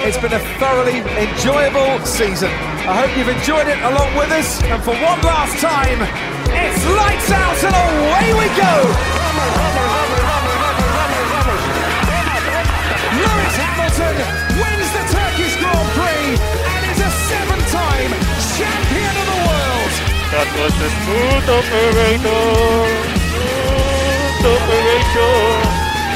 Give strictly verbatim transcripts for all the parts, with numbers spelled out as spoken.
It's been a thoroughly enjoyable season. I hope you've enjoyed it along with us. And for one last time, it's lights out and away we go. Lewis Hamilton wins the Turkish Grand Prix and is a seven-time champion of the world. That was a smooth operator. Smooth operator.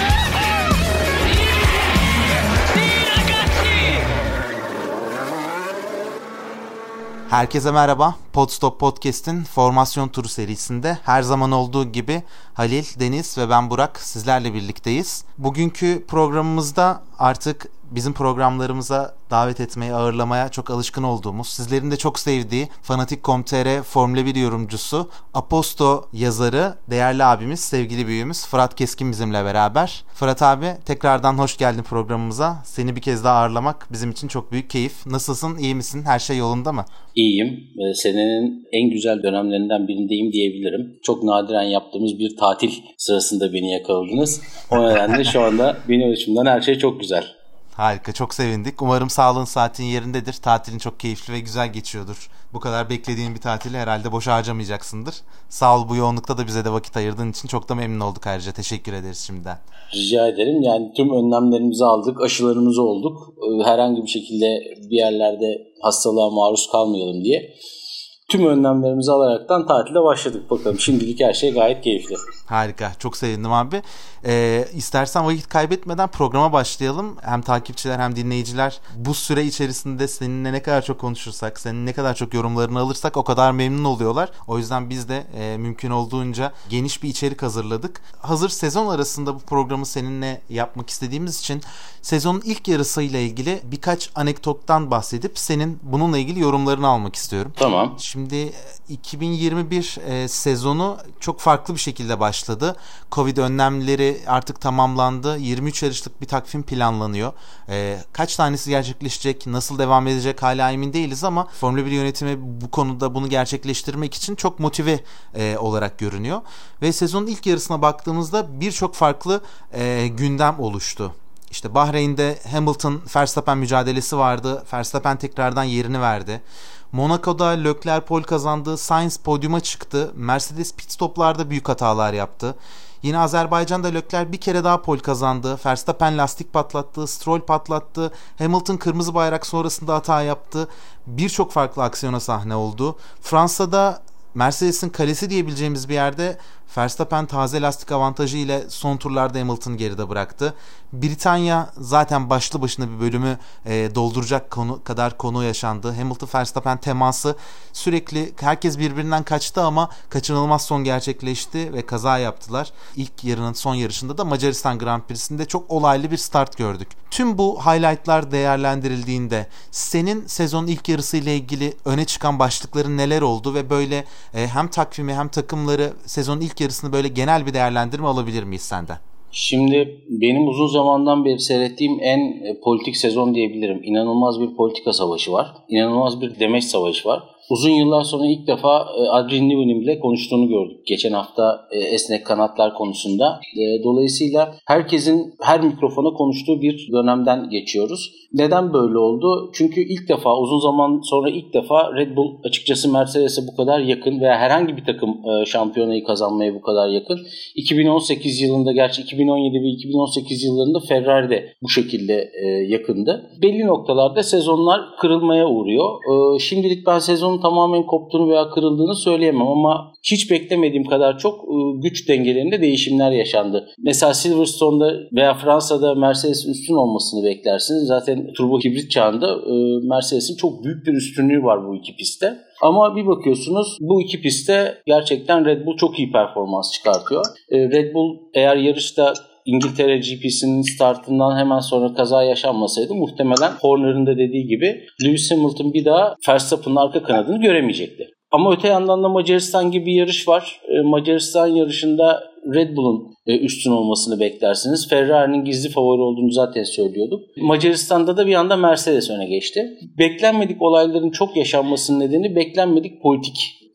Herkese merhaba. Podstop Podcast'in formasyon turu serisinde her zaman olduğu gibi Halil, Deniz ve ben Burak sizlerle birlikteyiz. Bugünkü programımızda artık bizim programlarımıza davet etmeye, ağırlamaya çok alışkın olduğumuz, sizlerin de çok sevdiği Fanatik nokta com nokta tr Formula bir yorumcusu, Aposto yazarı, değerli abimiz, sevgili büyüğümüz Fırat Keskin bizimle beraber. Fırat abi, tekrardan hoş geldin programımıza. Seni bir kez daha ağırlamak bizim için çok büyük keyif. Nasılsın, iyi misin? Her şey yolunda mı? İyiyim. Senenin en güzel dönemlerinden birindeyim diyebilirim. Çok nadiren yaptığımız bir tatil sırasında beni yakaladınız. O nedenle şu anda benim açımdan her şey çok güzel. Harika, çok sevindik. Umarım sağlığın, saatin yerindedir. Tatilin çok keyifli ve güzel geçiyordur. Bu kadar beklediğin bir tatili herhalde boşa harcamayacaksındır. Sağ ol, bu yoğunlukta da bize de vakit ayırdığın için çok da memnun olduk ayrıca. Teşekkür ederiz şimdiden. Rica ederim. Yani tüm önlemlerimizi aldık, aşılarımızı olduk. Herhangi bir şekilde bir yerlerde hastalığa maruz kalmayalım diye. Tüm önlemlerimizi alaraktan tatile başladık bakalım. Şimdilik her şey gayet keyifli. Harika. Çok sevindim abi. Ee, istersen vakit kaybetmeden programa başlayalım. Hem takipçiler hem dinleyiciler bu süre içerisinde seninle ne kadar çok konuşursak, senin ne kadar çok yorumlarını alırsak o kadar memnun oluyorlar. O yüzden biz de e, mümkün olduğunca geniş bir içerik hazırladık. Hazır sezon arasında bu programı seninle yapmak istediğimiz için sezonun ilk yarısıyla ilgili birkaç anekdottan bahsedip senin bununla ilgili yorumlarını almak istiyorum. Tamam. Şimdi iki bin yirmi bir e, sezonu çok farklı bir şekilde başladı. Covid önlemleri artık tamamlandı. yirmi üç yarışlık bir takvim planlanıyor. E, kaç tanesi gerçekleşecek, nasıl devam edecek hala emin değiliz ama Formula bir yönetimi bu konuda bunu gerçekleştirmek için çok motive e, olarak görünüyor. Ve sezonun ilk yarısına baktığımızda birçok farklı e, gündem oluştu. İşte Bahreyn'de Hamilton-Verstappen mücadelesi vardı. Verstappen tekrardan yerini verdi. Monaco'da Leclerc pole kazandı. Sainz podyuma çıktı. Mercedes pit stoplarda büyük hatalar yaptı. Yine Azerbaycan'da Leclerc bir kere daha pole kazandı. Verstappen lastik patlattı. Stroll patlattı. Hamilton kırmızı bayrak sonrasında hata yaptı. Birçok farklı aksiyona sahne oldu. Fransa'da Mercedes'in kalesi diyebileceğimiz bir yerde Verstappen taze lastik avantajı ile son turlarda Hamilton'ı geride bıraktı. Britanya zaten başlı başına bir bölümü e, dolduracak konu kadar konu yaşandı. Hamilton-Verstappen teması sürekli herkes birbirinden kaçtı ama kaçınılmaz son gerçekleşti ve kaza yaptılar. İlk yarının son yarışında da Macaristan Grand Prix'sinde çok olaylı bir start gördük. Tüm bu highlightlar değerlendirildiğinde senin sezonun ilk yarısı ile ilgili öne çıkan başlıkların neler oldu ve böyle e, hem takvimi hem takımları sezonun ilk yarısını böyle genel bir değerlendirme alabilir miyiz senden? Şimdi benim uzun zamandan beri seyrettiğim en e, politik sezon diyebilirim. İnanılmaz bir politika savaşı var. İnanılmaz bir demeç savaşı var. Uzun yıllar sonra ilk defa e, Adrian Newey'nin bile konuştuğunu gördük. Geçen hafta e, esnek kanatlar konusunda. E, dolayısıyla herkesin her mikrofona konuştuğu bir dönemden geçiyoruz. Neden böyle oldu? Çünkü ilk defa, uzun zaman sonra ilk defa Red Bull açıkçası Mercedes'e bu kadar yakın veya herhangi bir takım e, şampiyonayı kazanmaya bu kadar yakın. iki bin on sekiz yılında, gerçi iki bin on yedi ve iki bin on sekiz yıllarında Ferrari de bu şekilde e, yakındı. Belli noktalarda sezonlar kırılmaya uğruyor. E, şimdilik ben sezonun tamamen koptuğunu veya kırıldığını söyleyemem ama hiç beklemediğim kadar çok e, güç dengelerinde değişimler yaşandı. Mesela Silverstone'da veya Fransa'da Mercedes'in üstün olmasını beklersiniz. Zaten turbo hibrit çağında e, Mercedes'in çok büyük bir üstünlüğü var bu iki pistte. Ama bir bakıyorsunuz bu iki pistte gerçekten Red Bull çok iyi performans çıkartıyor. E, Red Bull eğer yarışta İngiltere G P'sinin startından hemen sonra kaza yaşanmasaydı muhtemelen Horner'ın da dediği gibi Lewis Hamilton bir daha Verstappen'ın arka kanadını göremeyecekti. Ama öte yandan da Macaristan gibi bir yarış var. E, Macaristan yarışında Red Bull'un e, üstün olmasını beklersiniz. Ferrari'nin gizli favori olduğunu zaten söylüyorduk. Macaristan'da da bir anda Mercedes öne geçti. Beklenmedik olayların çok yaşanmasının nedeni beklenmedik politik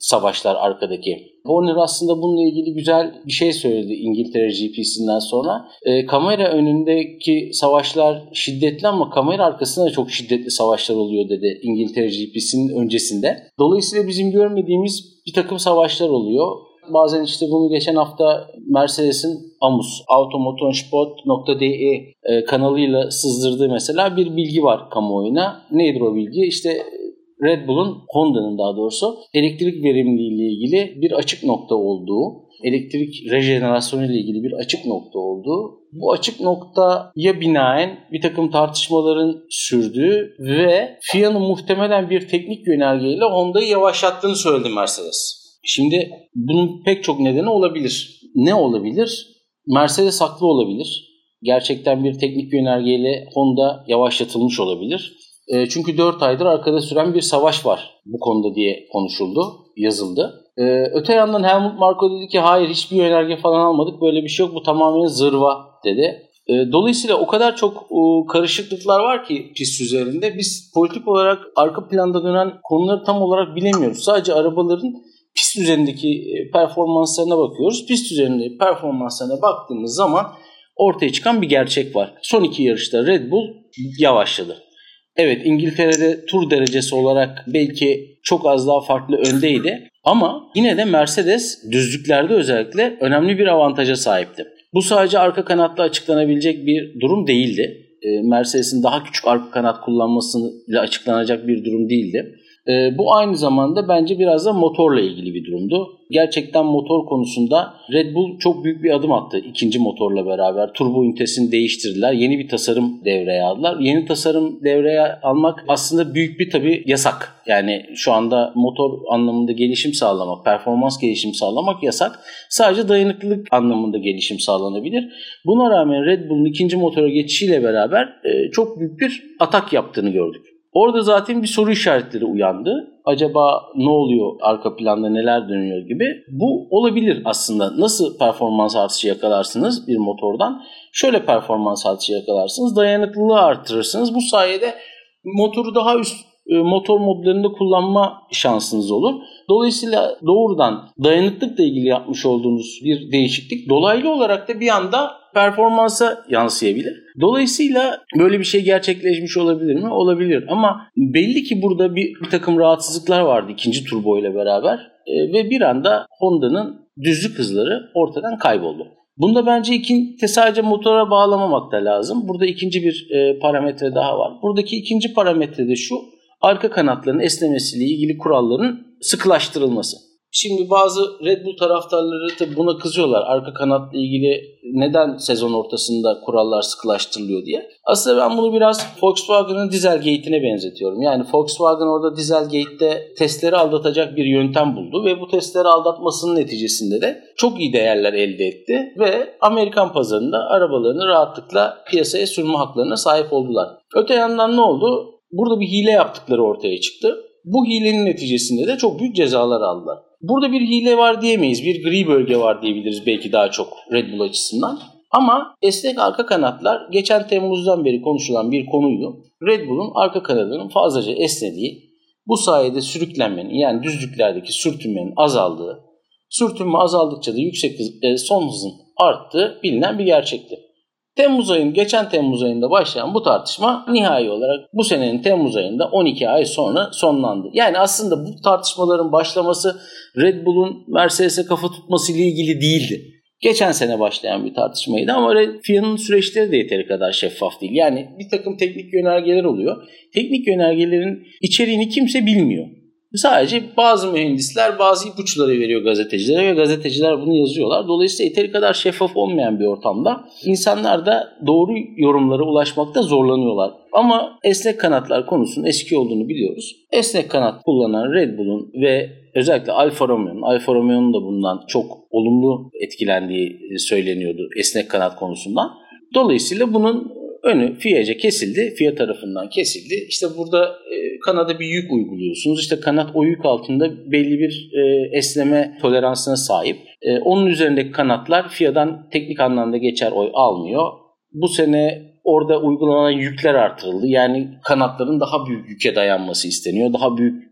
savaşlar arkadaki. Horner aslında bununla ilgili güzel bir şey söyledi İngiltere G P'sinden sonra. E, kamera önündeki savaşlar şiddetli ama kamera arkasında da çok şiddetli savaşlar oluyor dedi İngiltere G P'sinin öncesinde. Dolayısıyla bizim görmediğimiz bir takım savaşlar oluyor. Bazen işte bunu geçen hafta Mercedes'in A M U S, automotorsport nokta d e kanalıyla sızdırdığı mesela bir bilgi var kamuoyuna. Nedir o bilgi? İşte Red Bull'un, Honda'nın daha doğrusu elektrik verimliliği ile ilgili bir açık nokta olduğu, elektrik rejenerasyonu ile ilgili bir açık nokta olduğu, bu açık noktaya binaen bir takım tartışmaların sürdüğü ve F I A'nın muhtemelen bir teknik yönergeyle Honda'yı yavaşlattığını söyledi Mercedes. Şimdi bunun pek çok nedeni olabilir. Ne olabilir? Mercedes haklı olabilir. Gerçekten bir teknik yönergeyle Honda yavaşlatılmış olabilir. E, çünkü dört aydır arkada süren bir savaş var bu konuda diye konuşuldu, yazıldı. E, öte yandan Helmut Marko dedi ki hayır hiçbir yönerge falan almadık, böyle bir şey yok, bu tamamen zırva dedi. E, dolayısıyla o kadar çok e, karışıklıklar var ki pist üzerinde biz politik olarak arka planda dönen konuları tam olarak bilemiyoruz. Sadece arabaların pist üzerindeki performanslarına bakıyoruz. Pist üzerindeki performanslarına baktığımız zaman ortaya çıkan bir gerçek var. Son iki yarışta Red Bull yavaşladı. Evet, İngiltere'de tur derecesi olarak belki çok az daha farklı öndeydi. Ama yine de Mercedes düzlüklerde özellikle önemli bir avantaja sahipti. Bu sadece arka kanatla açıklanabilecek bir durum değildi. Mercedes'in daha küçük arka kanat kullanmasıyla açıklanacak bir durum değildi. E, bu aynı zamanda bence biraz da motorla ilgili bir durumdu. Gerçekten motor konusunda Red Bull çok büyük bir adım attı ikinci motorla beraber. Turbo ünitesini değiştirdiler. Yeni bir tasarım devreye aldılar. Yeni tasarım devreye almak aslında büyük bir tabii yasak. Yani şu anda motor anlamında gelişim sağlamak, performans gelişim sağlamak yasak. Sadece dayanıklılık anlamında gelişim sağlanabilir. Buna rağmen Red Bull'un ikinci motora geçişiyle beraber e, çok büyük bir atak yaptığını gördük. Orada zaten bir soru işaretleri uyandı. Acaba ne oluyor, arka planda neler dönüyor gibi. Bu olabilir aslında. Nasıl performans artışı yakalarsınız bir motordan? Şöyle performans artışı yakalarsınız. Dayanıklılığı artırırsınız. Bu sayede motoru daha üst motor modlarında kullanma şansınız olur. Dolayısıyla doğrudan dayanıklıkla ilgili yapmış olduğunuz bir değişiklik dolaylı olarak da bir anda performansa yansıyabilir. Dolayısıyla böyle bir şey gerçekleşmiş olabilir mi? Olabilir. Ama belli ki burada bir, bir takım rahatsızlıklar vardı ikinci turbo ile beraber e, ve bir anda Honda'nın düzlük hızları ortadan kayboldu. Bunda bence ikinci, sadece motora bağlamamak da lazım. Burada ikinci bir e, parametre daha var. Buradaki ikinci parametre de şu: arka kanatların esnemesiyle ilgili kuralların sıkılaştırılması. Şimdi bazı Red Bull taraftarları da buna kızıyorlar. Arka kanatla ilgili neden sezon ortasında kurallar sıkılaştırılıyor diye. Aslında ben bunu biraz Volkswagen'ın Dieselgate'ine benzetiyorum. Yani Volkswagen orada Dieselgate'de testleri aldatacak bir yöntem buldu ve bu testleri aldatmasının neticesinde de çok iyi değerler elde etti ve Amerikan pazarında arabalarını rahatlıkla piyasaya sürme haklarına sahip oldular. Öte yandan ne oldu? Burada bir hile yaptıkları ortaya çıktı. Bu hilenin neticesinde de çok büyük cezalar aldılar. Burada bir hile var diyemeyiz. Bir gri bölge var diyebiliriz belki daha çok Red Bull açısından. Ama esnek arka kanatlar geçen Temmuz'dan beri konuşulan bir konuydu. Red Bull'un arka kanadının fazlaca esnediği, bu sayede sürüklenmenin, yani düzlüklerdeki sürtünmenin azaldığı, sürtünme azaldıkça da yüksek hız, e, son hızın arttığı bilinen bir gerçekti. Temmuz ayının, geçen Temmuz ayında başlayan bu tartışma nihai olarak bu senenin Temmuz ayında on iki ay sonra sonlandı. Yani aslında bu tartışmaların başlaması Red Bull'un Mercedes'e kafa tutması ile ilgili değildi. Geçen sene başlayan bir tartışmaydı ama F I A'nın süreçleri de yeteri kadar şeffaf değil. Yani bir takım teknik yönergeler oluyor. Teknik yönergelerin içeriğini kimse bilmiyor. Sadece bazı mühendisler bazı ipuçları veriyor gazetecilere ve gazeteciler bunu yazıyorlar. Dolayısıyla yeteri kadar şeffaf olmayan bir ortamda insanlar da doğru yorumlara ulaşmakta zorlanıyorlar. Ama esnek kanatlar konusunun eski olduğunu biliyoruz. Esnek kanat kullanan Red Bull'un ve özellikle Alfa Romeo'nun, Alfa Romeo'nun da bundan çok olumlu etkilendiği söyleniyordu esnek kanat konusundan. Dolayısıyla bunun önü F I A'ca kesildi. F I A tarafından kesildi. İşte burada e, kanada bir yük uyguluyorsunuz. İşte kanat o yük altında belli bir e, esneme toleransına sahip. E, onun üzerindeki kanatlar F I A'dan teknik anlamda geçer oy almıyor. Bu sene orada uygulanan yükler artırıldı. Yani kanatların daha büyük yüke dayanması isteniyor. Daha büyük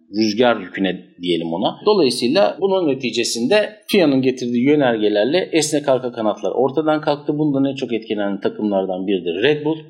rüzgar yüküne diyelim ona. Dolayısıyla bunun neticesinde F I A'nın getirdiği yönergelerle esnek arka kanatlar ortadan kalktı. Bundan en çok etkilenen takımlardan biridir Red Bull.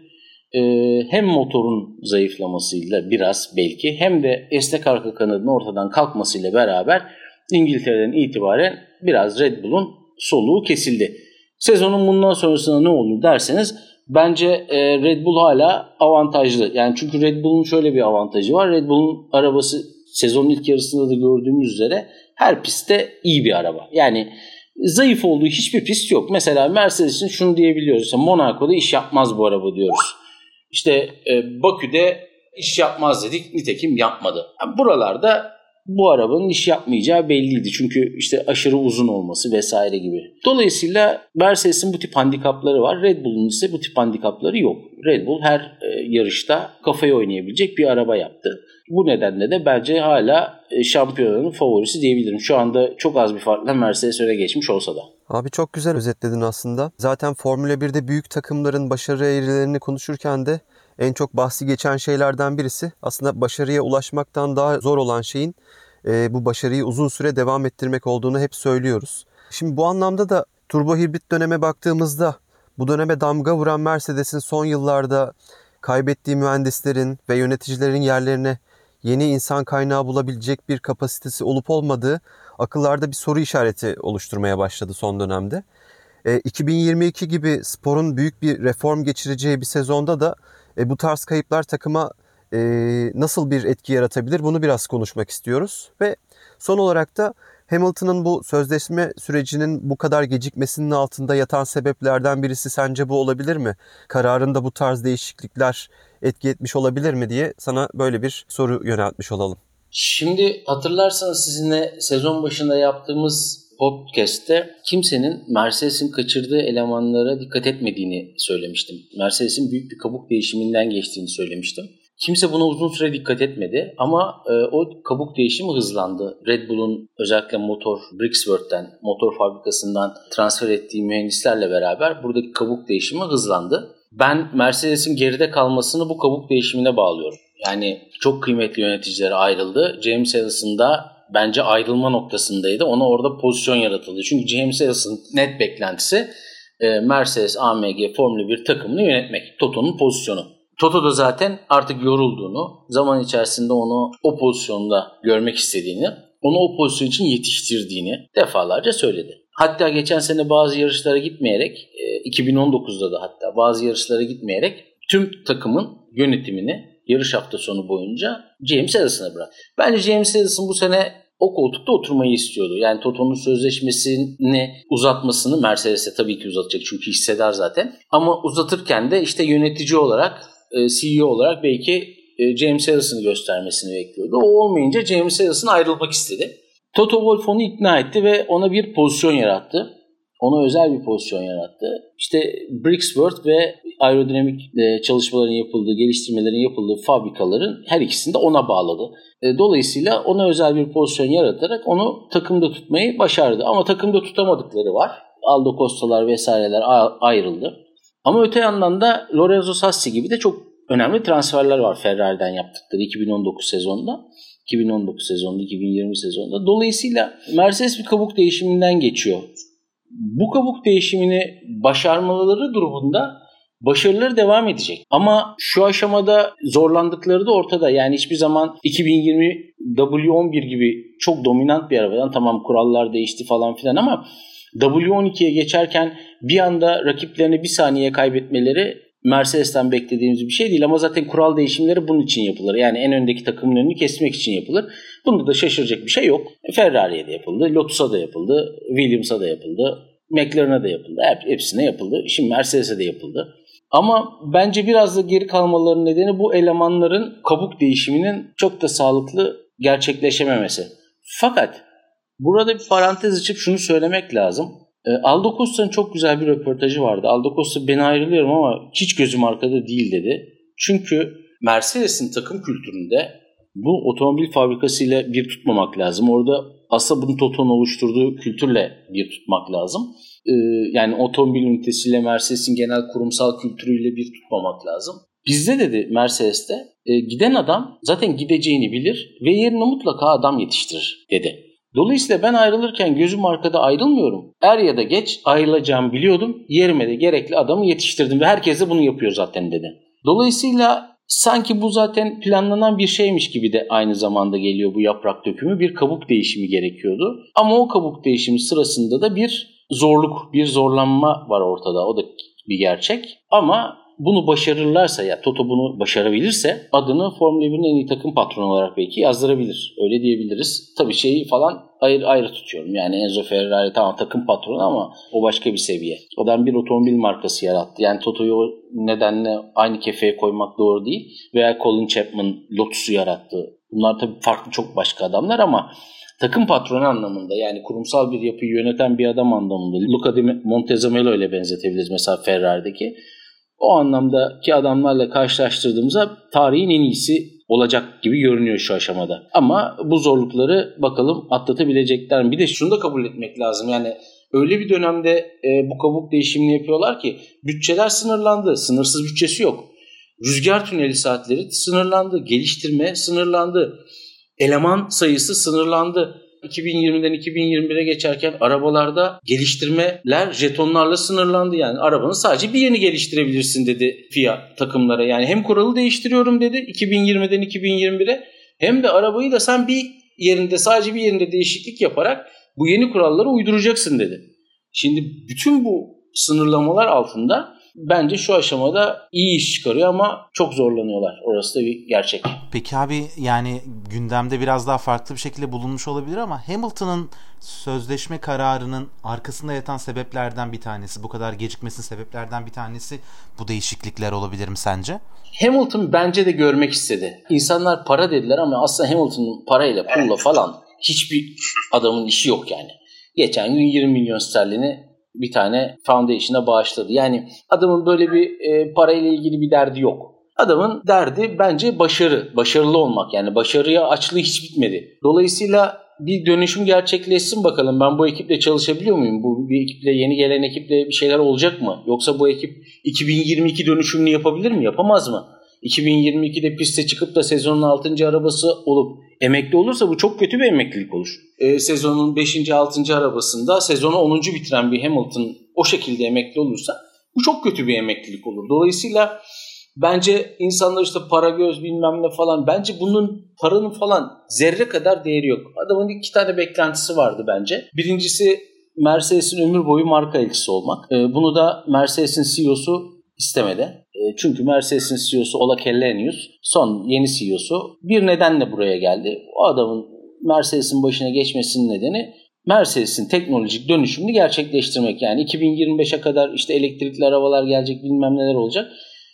Ee, hem motorun zayıflamasıyla biraz belki hem de esnek arka kanadının ortadan kalkmasıyla beraber İngiltere'den itibaren biraz Red Bull'un soluğu kesildi. Sezonun bundan sonrasında ne olur derseniz bence e, Red Bull hala avantajlı. Yani çünkü Red Bull'un şöyle bir avantajı var. Red Bull'un arabası sezonun ilk yarısında da gördüğümüz üzere her pistte iyi bir araba. Yani zayıf olduğu hiçbir pist yok. Mesela Mercedes için şunu diyebiliyoruz. İşte Monaco'da iş yapmaz bu araba diyoruz. İşte e, Bakü'de iş yapmaz dedik. Nitekim yapmadı. Yani buralarda bu arabanın iş yapmayacağı belliydi. Çünkü işte aşırı uzun olması vesaire gibi. Dolayısıyla Mercedes'in bu tip handikapları var. Red Bull'un ise bu tip handikapları yok. Red Bull her e, yarışta kafaya oynayabilecek bir araba yaptı. Bu nedenle de bence hala e, şampiyonanın favorisi diyebilirim. Şu anda çok az bir farkla Mercedes öne geçmiş olsa da. Abi çok güzel özetledin aslında. Zaten Formula birde büyük takımların başarı eğrilerini konuşurken de en çok bahsi geçen şeylerden birisi aslında başarıya ulaşmaktan daha zor olan şeyin e, bu başarıyı uzun süre devam ettirmek olduğunu hep söylüyoruz. Şimdi bu anlamda da turbo hibrit döneme baktığımızda bu döneme damga vuran Mercedes'in son yıllarda kaybettiği mühendislerin ve yöneticilerin yerlerine yeni insan kaynağı bulabilecek bir kapasitesi olup olmadığı akıllarda bir soru işareti oluşturmaya başladı son dönemde. E, iki bin yirmi iki gibi sporun büyük bir reform geçireceği bir sezonda da e, bu tarz kayıplar takıma e, nasıl bir etki yaratabilir bunu biraz konuşmak istiyoruz. Ve son olarak da Hamilton'ın bu sözleşme sürecinin bu kadar gecikmesinin altında yatan sebeplerden birisi sence bu olabilir mi? Kararında bu tarz değişiklikler etki etmiş olabilir mi diye sana böyle bir soru yöneltmiş olalım. Şimdi hatırlarsanız sizinle sezon başında yaptığımız podcast'te kimsenin Mercedes'in kaçırdığı elemanlara dikkat etmediğini söylemiştim. Mercedes'in büyük bir kabuk değişiminden geçtiğini söylemiştim. Kimse buna uzun süre dikkat etmedi ama e, o kabuk değişimi hızlandı. Red Bull'un özellikle motor Brixworth'ten, motor fabrikasından transfer ettiği mühendislerle beraber buradaki kabuk değişimi hızlandı. Ben Mercedes'in geride kalmasını bu kabuk değişimine bağlıyorum. Yani çok kıymetli yöneticiler ayrıldı. James Allison da bence ayrılma noktasındaydı. Ona orada pozisyon yaratıldı. Çünkü James Allison'ın net beklentisi Mercedes A M G Formula bir takımını yönetmek. Toto'nun pozisyonu. Toto da zaten artık yorulduğunu, zaman içerisinde onu o pozisyonda görmek istediğini, onu o pozisyon için yetiştirdiğini defalarca söyledi. Hatta geçen sene bazı yarışlara gitmeyerek, iki bin on dokuzda da hatta bazı yarışlara gitmeyerek tüm takımın yönetimini yarış hafta sonu boyunca James Allison'a bıraktı. Bence James Allison bu sene o koltukta oturmayı istiyordu. Yani Toto'nun sözleşmesini uzatmasını Mercedes'e tabii ki uzatacak çünkü hisseder zaten. Ama uzatırken de işte yönetici olarak, C E O olarak belki James Allison'ı göstermesini bekliyordu. O olmayınca James Allison ayrılmak istedi. Toto Wolff onu ikna etti ve ona bir pozisyon yarattı. Ona özel bir pozisyon yarattı. İşte Brixworth ve aerodinamik çalışmaların yapıldığı, geliştirmelerin yapıldığı fabrikaların her ikisini de ona bağladı. Dolayısıyla ona özel bir pozisyon yaratarak onu takımda tutmayı başardı. Ama takımda tutamadıkları var. Aldo Costa'lar vesaireler ayrıldı. Ama öte yandan da Lorenzo Sassi gibi de çok önemli transferler var Ferrari'den yaptıkları iki bin on dokuz sezonunda. iki bin on dokuz sezonunda, iki bin yirmi sezonunda. Dolayısıyla Mercedes bir kabuk değişiminden geçiyor. Bu kabuk değişimini başarmaları durumunda başarıları devam edecek. Ama şu aşamada zorlandıkları da ortada. Yani hiçbir zaman iki bin yirmi W on bir gibi çok dominant bir arabadan, tamam kurallar değişti falan filan ama W on ikiye geçerken bir anda rakiplerini bir saniye kaybetmeleri Mercedes'ten beklediğimiz bir şey değil. Ama zaten kural değişimleri bunun için yapılır. Yani en öndeki takımın önünü kesmek için yapılır. Bunda da şaşıracak bir şey yok. Ferrari'ye de yapıldı, Lotus'a da yapıldı, Williams'a da yapıldı, McLaren'a da yapıldı. Hepsine yapıldı. Şimdi Mercedes'e de yapıldı. Ama bence biraz da geri kalmalarının nedeni bu elemanların kabuk değişiminin çok da sağlıklı gerçekleşememesi. Fakat burada bir parantez açıp şunu söylemek lazım. Aldo Costa'nın çok güzel bir röportajı vardı. Aldo Costa ben ayrılıyorum ama hiç gözüm arkada değil dedi. Çünkü Mercedes'in takım kültüründe bu otomobil fabrikasıyla bir tutmamak lazım. Orada aslında bunu Toto'nun oluşturduğu kültürle bir tutmak lazım. Ee, yani otomobil ünitesiyle Mercedes'in genel kurumsal kültürüyle bir tutmamak lazım. Bizde dedi Mercedes'te e, giden adam zaten gideceğini bilir ve yerine mutlaka adam yetiştirir dedi. Dolayısıyla ben ayrılırken gözüm arkada ayrılmıyorum. Er ya da geç ayrılacağımı biliyordum. Yerime de gerekli adamı yetiştirdim ve herkes de bunu yapıyor zaten dedi. Dolayısıyla sanki bu zaten planlanan bir şeymiş gibi de aynı zamanda geliyor bu yaprak dökümü. Bir kabuk değişimi gerekiyordu. Ama o kabuk değişimi sırasında da bir zorluk, bir zorlanma var ortada. O da bir gerçek. Ama bunu başarırlarsa, ya Toto bunu başarabilirse adını Formula birin en iyi takım patronu olarak belki yazdırabilir. Öyle diyebiliriz. Tabii şeyi falan ayrı ayrı tutuyorum. Yani Enzo Ferrari tamam takım patronu ama o başka bir seviye. Adam bir otomobil markası yarattı. Yani Toto'yu o nedenle aynı kefeye koymak doğru değil. Veya Colin Chapman Lotus'u yarattı. Bunlar tabii farklı çok başka adamlar ama takım patronu anlamında yani kurumsal bir yapıyı yöneten bir adam anlamında Luca Di Montezemolo ile benzetebiliriz mesela Ferrari'deki. O anlamdaki adamlarla karşılaştırdığımızda tarihin en iyisi olacak gibi görünüyor şu aşamada. Ama bu zorlukları bakalım atlatabilecekler mi? Bir de şunu da kabul etmek lazım. Yani öyle bir dönemde e, bu kabuk değişimini yapıyorlar ki bütçeler sınırlandı. Sınırsız bütçesi yok. Rüzgar tüneli saatleri sınırlandı. Geliştirme sınırlandı. Eleman sayısı sınırlandı. iki bin yirmiden iki bin yirmi bire geçerken arabalarda geliştirmeler jetonlarla sınırlandı. Yani arabanın sadece bir yerini geliştirebilirsin dedi F I A takımlara. Yani hem kuralı değiştiriyorum dedi iki bin yirmiden iki bin yirmi bire hem de arabayı da sen bir yerinde sadece bir yerinde değişiklik yaparak bu yeni kurallara uyduracaksın dedi. Şimdi bütün bu sınırlamalar altında bence şu aşamada iyi iş çıkarıyor ama çok zorlanıyorlar. Orası da bir gerçek. Peki abi yani gündemde biraz daha farklı bir şekilde bulunmuş olabilir ama Hamilton'ın sözleşme kararının arkasında yatan sebeplerden bir tanesi, bu kadar gecikmesinin sebeplerden bir tanesi bu değişiklikler olabilir mi sence? Hamilton bence de görmek istedi. İnsanlar para dediler ama aslında Hamilton'ın parayla, pulla falan hiçbir adamın işi yok yani. Geçen gün yirmi milyon sterlini bir tane foundation'a bağışladı. Yani adamın böyle bir e, parayla ilgili bir derdi yok. Adamın derdi bence başarı, başarılı olmak. Yani başarıya açlığı hiç bitmedi. Dolayısıyla bir dönüşüm gerçekleşsin bakalım. Ben bu ekiple çalışabiliyor muyum? Bu bir ekiple, yeni gelen ekiple bir şeyler olacak mı? Yoksa bu ekip iki bin yirmi iki dönüşümünü yapabilir mi? Yapamaz mı? iki bin yirmi ikide piste çıkıp da sezonun altıncı arabası olup emekli olursa bu çok kötü bir emeklilik olur. E, sezonun beşinci altıncı arabasında sezonu onuncu bitiren bir Hamilton o şekilde emekli olursa bu çok kötü bir emeklilik olur. Dolayısıyla bence insanlar işte para göz bilmem ne falan, bence bunun, paranın falan zerre kadar değeri yok. Adamın iki tane beklentisi vardı bence. Birincisi Mercedes'in ömür boyu marka elçisi olmak. E, bunu da Mercedes'in C E O'su istemedi. E, çünkü Mercedes'in C E O'su Ola Källenius, son yeni C E O'su bir nedenle buraya geldi. O adamın Mercedes'in başına geçmesinin nedeni Mercedes'in teknolojik dönüşümünü gerçekleştirmek. Yani iki bin yirmi beşe kadar işte elektrikli arabalar gelecek, bilmem neler olacak.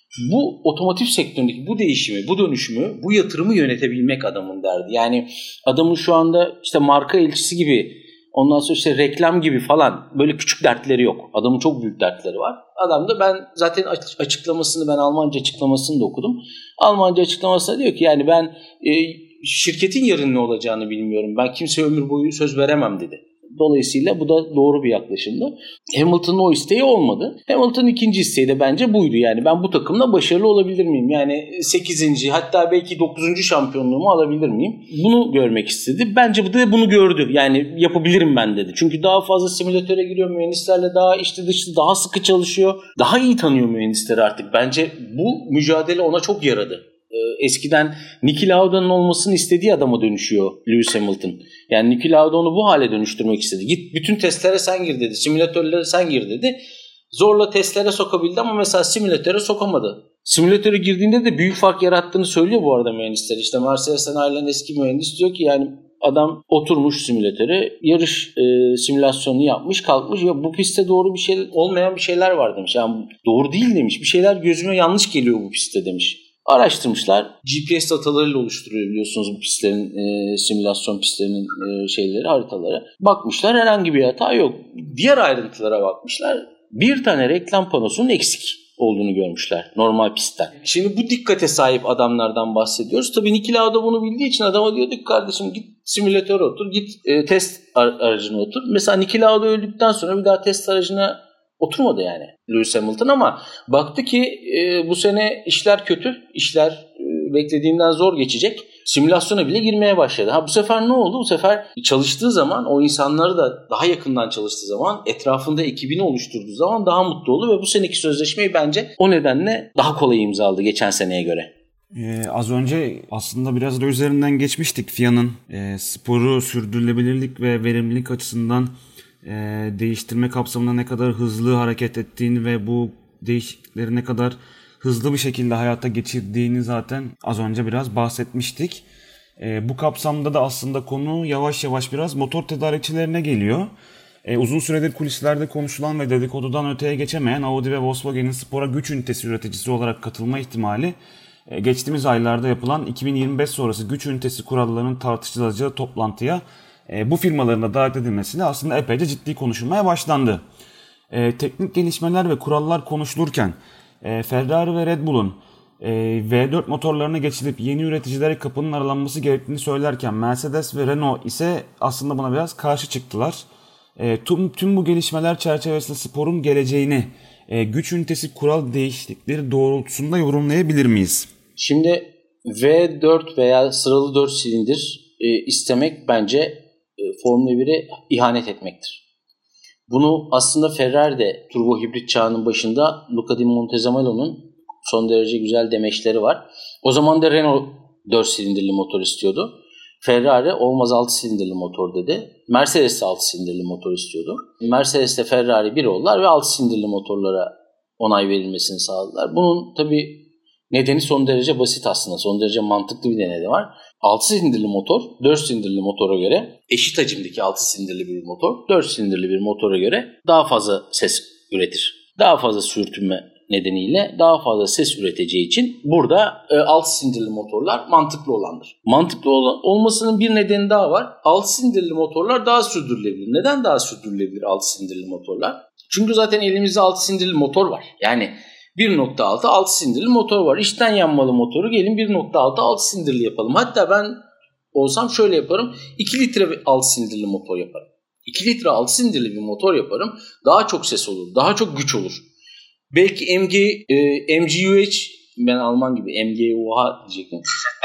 Bu otomotiv sektöründeki bu değişimi, bu dönüşümü, bu yatırımı yönetebilmek adamın derdi. Yani adamın şu anda işte marka elçisi gibi, ondan sonra işte reklam gibi falan böyle küçük dertleri yok. Adamın çok büyük dertleri var. Adam da, ben zaten açıklamasını, ben Almanca açıklamasını da okudum. Almanca açıklamasında diyor ki yani ben e, şirketin yarın ne olacağını bilmiyorum. Ben kimseye ömür boyu söz veremem dedi. Dolayısıyla bu da doğru bir yaklaşımdı. Hamilton'ın o isteği olmadı. Hamilton'ın ikinci isteği de bence buydu. Yani ben bu takımla başarılı olabilir miyim? Yani sekizinci hatta belki dokuzuncu şampiyonluğumu alabilir miyim? Bunu görmek istedi. Bence bu da bunu gördü. Yani yapabilirim ben dedi. Çünkü daha fazla simülatöre giriyor. Mühendislerle daha içli dışlı, daha sıkı çalışıyor. Daha iyi tanıyor mühendisleri artık. Bence bu mücadele ona çok yaradı. Eskiden Niki Lauda'nın olmasını istediği adama dönüşüyor Lewis Hamilton. Yani Niki Lauda onu bu hale dönüştürmek istedi. Git bütün testlere sen gir dedi. Simülatörlere sen gir dedi. Zorla testlere sokabildi ama mesela simülatöre sokamadı. Simülatöre girdiğinde de büyük fark yarattığını söylüyor bu arada mühendisler. İşte Mercedes'ten ayrılan eski mühendis diyor ki yani adam oturmuş simülatöre, yarış e, simülasyonunu yapmış, kalkmış ya bu pistte doğru bir şey olmayan bir şeyler var demiş. Yani doğru değil demiş. Bir şeyler gözüme yanlış geliyor bu pistte demiş. Araştırmışlar. G P S datalarıyla oluşturuyor biliyorsunuz bu pistlerin, e, simülasyon pistlerinin e, şeyleri, haritaları. Bakmışlar, herhangi bir hata yok. Diğer ayrıntılara bakmışlar. Bir tane reklam panosunun eksik olduğunu görmüşler normal pistten. Şimdi bu dikkate sahip adamlardan bahsediyoruz. Tabii Niki Lauda bunu bildiği için adama diyorduk kardeşim git simülatöre otur, git e, test ar- aracına otur. Mesela Niki Lauda öldükten sonra bir daha test aracına Oturmadı yani Lewis Hamilton ama baktı ki e, bu sene işler kötü. İşler e, beklediğinden zor geçecek. Simülasyona bile girmeye başladı. Ha bu sefer ne oldu? Bu sefer çalıştığı zaman, o insanları da daha yakından çalıştığı zaman, etrafında ekibini oluşturduğu zaman daha mutlu oldu ve bu seneki sözleşmeyi bence o nedenle daha kolay imzaladı geçen seneye göre. Ee, az önce aslında biraz da üzerinden geçmiştik F I A'nın e, sporu sürdürülebilirlik ve verimlilik açısından e, değiştirme kapsamında ne kadar hızlı hareket ettiğini ve bu değişiklikleri ne kadar hızlı bir şekilde hayata geçirdiğini zaten az önce biraz bahsetmiştik. E, bu kapsamda da aslında konu yavaş yavaş biraz motor tedarikçilerine geliyor. E, uzun süredir kulislerde konuşulan ve dedikodudan öteye geçemeyen Audi ve Volkswagen'in spora güç ünitesi üreticisi olarak katılma ihtimali e, geçtiğimiz aylarda yapılan iki bin yirmi beş sonrası güç ünitesi kurallarının tartışılacağı toplantıya e, bu firmaların da davet edilmesiyle aslında epeyce ciddi konuşulmaya başlandı. E, teknik gelişmeler ve kurallar konuşulurken e, Ferrari ve Red Bull'un e, V dört motorlarına geçilip yeni üreticilere kapının aralanması gerektiğini söylerken Mercedes ve Renault ise aslında buna biraz karşı çıktılar. E, tüm, tüm bu gelişmeler çerçevesinde sporun geleceğini e, güç ünitesi kural değişiklikleri doğrultusunda yorumlayabilir miyiz? Şimdi V dört veya sıralı dört silindir e, istemek bence e, Formula bire ihanet etmektir. Bunu aslında Ferrari de turbo hibrit çağının başında Luca Di Montezemolo'nun son derece güzel demeçleri var. O zaman da Renault dört silindirli motor istiyordu. Ferrari olmaz altı silindirli motor dedi. Mercedes de altı silindirli motor istiyordu. Mercedes de Ferrari bir oldular ve altı silindirli motorlara onay verilmesini sağladılar. Bunun tabii nedeni son derece basit aslında. Son derece mantıklı bir nedeni var. altı silindirli motor dört silindirli motora göre, eşit hacimdeki altı silindirli bir motor dört silindirli bir motora göre daha fazla ses üretir. Daha fazla sürtünme nedeniyle daha fazla ses üreteceği için burada e, altı silindirli motorlar mantıklı olandır. Mantıklı ol- olmasının bir nedeni daha var. altı silindirli motorlar daha sürdürülebilir. Neden daha sürdürülebilir altı silindirli motorlar? Çünkü zaten elimizde altı silindirli motor var. Yani bir nokta altı altı silindirli motor var. İçten yanmalı motoru gelin bir nokta altı altı silindirli yapalım. Hatta ben olsam şöyle yaparım. iki litre altı silindirli motor yaparım. iki litre altı silindirli bir motor yaparım. Daha çok ses olur. Daha çok güç olur. Belki M G, e, M G U H, ben Alman gibi M G U H diyecektim.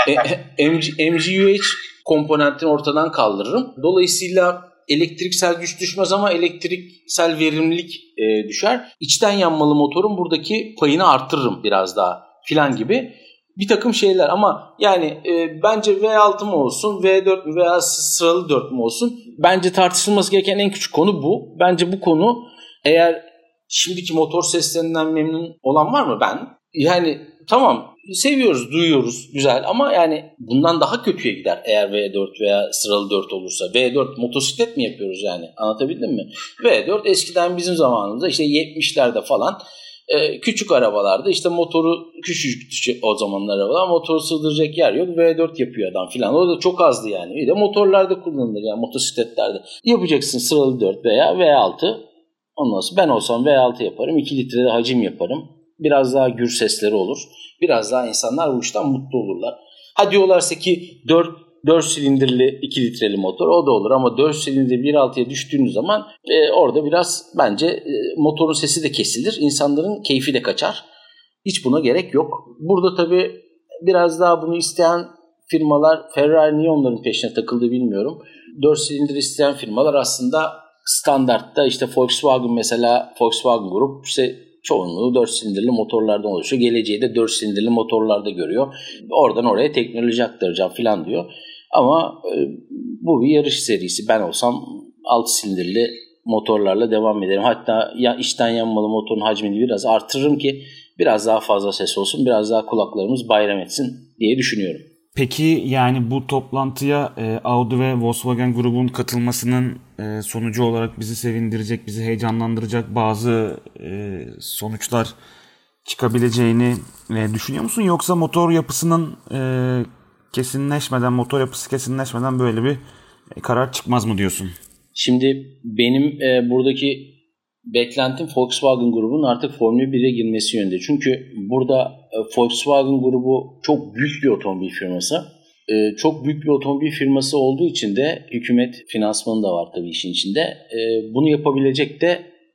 e, M G, M G U H komponentini ortadan kaldırırım. Dolayısıyla elektriksel güç düşmez ama elektriksel verimlilik e, düşer. İçten yanmalı motorun buradaki payını arttırırım biraz daha filan gibi bir takım şeyler. Ama yani e, bence V altı mı olsun, V dört mü veya sıralı dört mü olsun? Bence tartışılması gereken en küçük konu bu. Bence bu konu, eğer şimdiki motor seslerinden memnun olan var mı? Ben yani tamam seviyoruz, duyuyoruz, güzel ama yani bundan daha kötüye gider eğer V dört veya sıralı dört olursa. V dört motosiklet mi yapıyoruz yani? Anlatabildim mi? V dört eskiden bizim zamanımızda işte yetmişlerde falan e, küçük arabalarda işte motoru küçücük o zamanlar arabalar, motoru sığdıracak yer yok. V dört yapıyor adam filan. O da çok azdı yani. Bir de motorlarda kullanılır yani motosikletlerde. Yapacaksın sıralı dört veya V altı. Ondan sonra ben olsam V altı yaparım. iki litrede hacim yaparım. Biraz daha gür sesleri olur. Biraz daha insanlar bu işten mutlu olurlar. Ha diyorlarsa ki dört, dört silindirli iki litreli motor, o da olur. Ama dört silindirli bir altıya düştüğünüz zaman e, orada biraz bence e, motorun sesi de kesilir. İnsanların keyfi de kaçar. Hiç buna gerek yok. Burada tabii biraz daha bunu isteyen firmalar, Ferrari niye onların peşine takıldı bilmiyorum. dört silindir isteyen firmalar aslında standartta işte Volkswagen mesela, Volkswagen Grup işte çoğunluğu dört silindirli motorlardan oluşuyor. Geleceği de dört silindirli motorlarda görüyor. Oradan oraya teknoloji aktaracağım falan diyor. Ama e, bu bir yarış serisi. Ben olsam altı silindirli motorlarla devam ederim. Hatta ya içten yanmalı motorun hacmini biraz artırırım ki biraz daha fazla ses olsun, biraz daha kulaklarımız bayram etsin diye düşünüyorum. Peki yani bu toplantıya e, Audi ve Volkswagen grubun katılmasının e, sonucu olarak bizi sevindirecek, bizi heyecanlandıracak bazı e, sonuçlar çıkabileceğini e, düşünüyor musun? Yoksa motor yapısının e, kesinleşmeden, motor yapısı kesinleşmeden böyle bir e, karar çıkmaz mı diyorsun? Şimdi benim e, buradaki beklentim Volkswagen grubunun artık Formula bire girmesi yönünde. Çünkü burada e, Volkswagen grubu çok büyük bir otomobil firması. E, çok büyük bir otomobil firması olduğu için de hükümet finansmanı da var tabii işin içinde. E, bunu yapabilecek de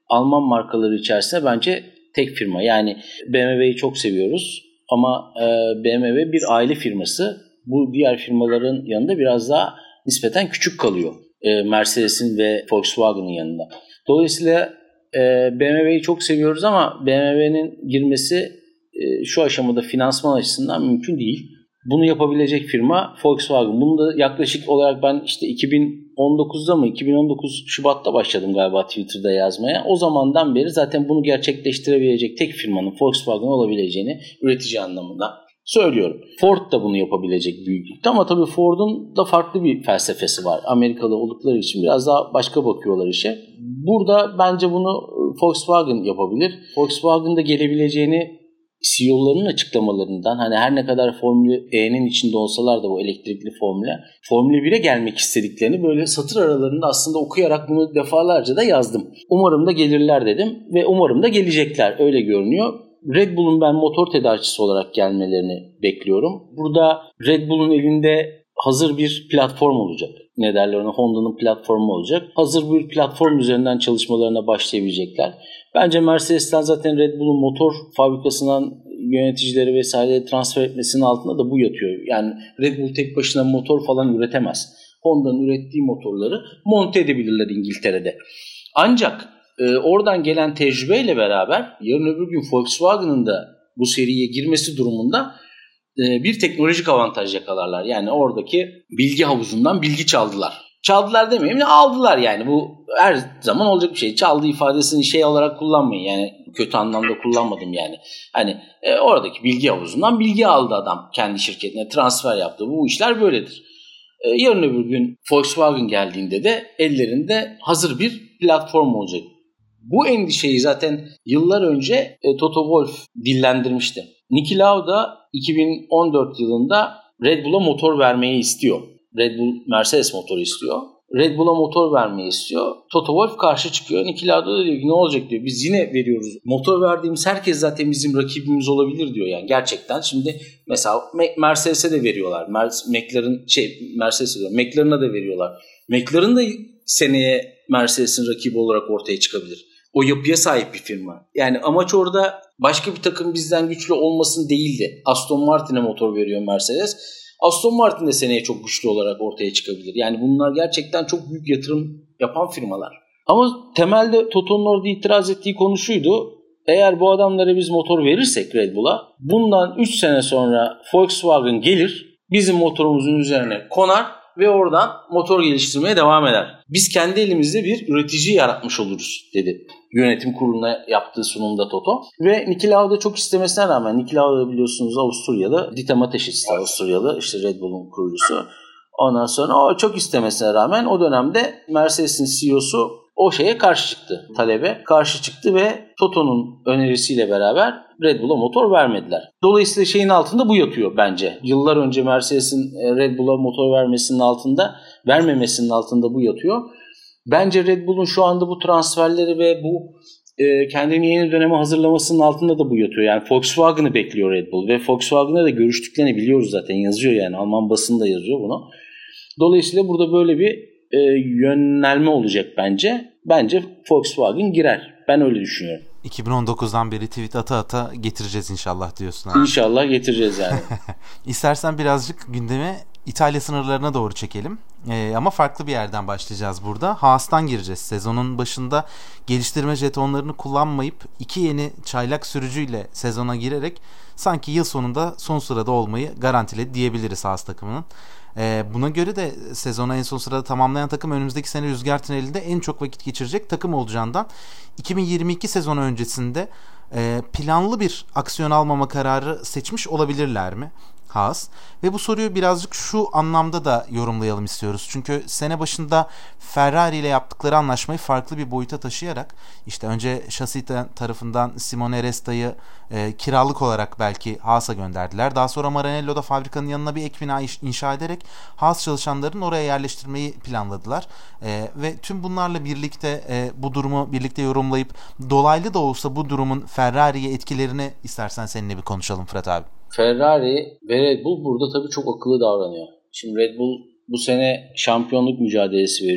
Alman markaları içerisinde bence tek firma. Yani B M W'yi çok seviyoruz ama e, B M W bir aile firması. Bu diğer firmaların yanında biraz daha nispeten küçük kalıyor. E, Mercedes'in ve Volkswagen'ın yanında. Dolayısıyla e, B M W'yi çok seviyoruz ama B M W'nin girmesi e, şu aşamada finansman açısından mümkün değil. Bunu yapabilecek firma Volkswagen. Bunu da yaklaşık olarak ben işte iki bin on dokuzda mı iki bin on dokuz Şubat'ta başladım galiba Twitter'da yazmaya. O zamandan beri zaten bunu gerçekleştirebilecek tek firmanın Volkswagen olabileceğini üretici anlamında söylüyorum. Ford da bunu yapabilecek büyüklükte ama tabii Ford'un da farklı bir felsefesi var. Amerikalı oldukları için biraz daha başka bakıyorlar işe. Burada bence bunu Volkswagen yapabilir. Volkswagen'da gelebileceğini C E O'ların açıklamalarından, hani her ne kadar Formula E'nin içinde olsalar da bu elektrikli formüle, Formula bire gelmek istediklerini böyle satır aralarında aslında okuyarak bunu defalarca da yazdım. Umarım da gelirler dedim ve umarım da gelecekler, öyle görünüyor. Red Bull'un ben motor tedarikçisi olarak gelmelerini bekliyorum. Burada Red Bull'un elinde hazır bir platform olacak. Ne derler ona? Honda'nın platformu olacak. Hazır bir platform üzerinden çalışmalarına başlayabilecekler. Bence Mercedes'ten zaten Red Bull'un motor fabrikasından yöneticileri vesaire transfer etmesinin altında da bu yatıyor. Yani Red Bull tek başına motor falan üretemez. Honda'nın ürettiği motorları monte edebilirler İngiltere'de. Ancak e, oradan gelen tecrübeyle beraber yarın öbür gün Volkswagen'ın da bu seriye girmesi durumunda e, bir teknolojik avantaj yakalarlar. Yani oradaki bilgi havuzundan bilgi çaldılar. Çaldılar demeyeyim de aldılar yani. Bu her zaman olacak bir şey. Çaldı ifadesini şey olarak kullanmayın. Yani kötü anlamda kullanmadım yani. Hani e, oradaki bilgi havuzundan bilgi aldı adam. Kendi şirketine transfer yaptı. Bu işler böyledir. E, yarın öbür gün Volkswagen geldiğinde de ellerinde hazır bir platform olacak. Bu endişeyi zaten yıllar önce e, Toto Wolff dillendirmişti. Niki Lauda iki bin on dört yılında Red Bull'a motor vermeyi istiyor. Red Bull Mercedes motoru istiyor. Red Bull'a motor vermeyi istiyor. Toto Wolff karşı çıkıyor. Niki Lauda da diyor ki ne olacak diyor. Biz yine veriyoruz. Motor verdiğimiz herkes zaten bizim rakibimiz olabilir diyor yani gerçekten. Şimdi mesela Mercedes'e de veriyorlar. McLaren şey Mercedes'e diyor. McLaren'a da veriyorlar. McLaren da seneye Mercedes'in rakibi olarak ortaya çıkabilir. O yapıya sahip bir firma. Yani amaç orada başka bir takım bizden güçlü olmasın değildi. Aston Martin'e motor veriyor Mercedes. Aston Martin de seneye çok güçlü olarak ortaya çıkabilir. Yani bunlar gerçekten çok büyük yatırım yapan firmalar. Ama temelde Toto'nun orada itiraz ettiği konu şuydu. Eğer bu adamlara biz motor verirsek Red Bull'a, bundan üç sene sonra Volkswagen gelir, bizim motorumuzun üzerine konar ve oradan motor geliştirmeye devam eder. Biz kendi elimizde bir üretici yaratmış oluruz dedi yönetim kuruluna yaptığı sunumda Toto. Ve Niki Lauda çok istemesine rağmen, Niki Lauda biliyorsunuz Avusturyalı, Dieter Mateschitz Avusturyalı, işte Red Bull'un kurucusu. Ondan sonra o çok istemesine rağmen o dönemde Mercedes'in C E O'su o şeye karşı çıktı, talebe karşı çıktı ve Toto'nun önerisiyle beraber Red Bull'a motor vermediler. Dolayısıyla şeyin altında bu yatıyor bence. Yıllar önce Mercedes'in Red Bull'a motor vermesinin altında, vermemesinin altında bu yatıyor. Bence Red Bull'un şu anda bu transferleri ve bu e, kendini yeni döneme hazırlamasının altında da bu yatıyor. Yani Volkswagen'ı bekliyor Red Bull ve Volkswagen'la da görüştüklerini biliyoruz zaten, yazıyor yani. Alman basını da yazıyor bunu. Dolayısıyla burada böyle bir e, yönelme olacak bence. Bence Volkswagen girer. Ben öyle düşünüyorum. iki bin on dokuzdan beri tweet ata ata getireceğiz inşallah diyorsun abi. İnşallah getireceğiz yani. İstersen birazcık gündeme İtalya sınırlarına doğru çekelim. Ee, ama farklı bir yerden başlayacağız burada. Haas'tan gireceğiz. Sezonun başında geliştirme jetonlarını kullanmayıp iki yeni çaylak sürücüyle sezona girerek sanki yıl sonunda son sırada olmayı garantiledi diyebiliriz Haas takımının. Ee, buna göre de sezonu en son sırada tamamlayan takım önümüzdeki sene rüzgar tünelinde en çok vakit geçirecek takım olacağından iki bin yirmi iki sezonu öncesinde e, planlı bir aksiyon almama kararı seçmiş olabilirler mi Haas? Ve bu soruyu birazcık şu anlamda da yorumlayalım istiyoruz. Çünkü sene başında Ferrari ile yaptıkları anlaşmayı farklı bir boyuta taşıyarak işte önce şasi tarafından Simone Resta'yı e, kiralık olarak belki Haas'a gönderdiler. Daha sonra Maranello'da fabrikanın yanına bir ek bina inşa ederek Haas çalışanlarını oraya yerleştirmeyi planladılar. E, ve tüm bunlarla birlikte e, bu durumu birlikte yorumlayıp dolaylı da olsa bu durumun Ferrari'ye etkilerini istersen seninle bir konuşalım Fırat abi. Ferrari ve Red Bull burada tabii çok akıllı davranıyor. Şimdi Red Bull bu sene şampiyonluk mücadelesi veriyor.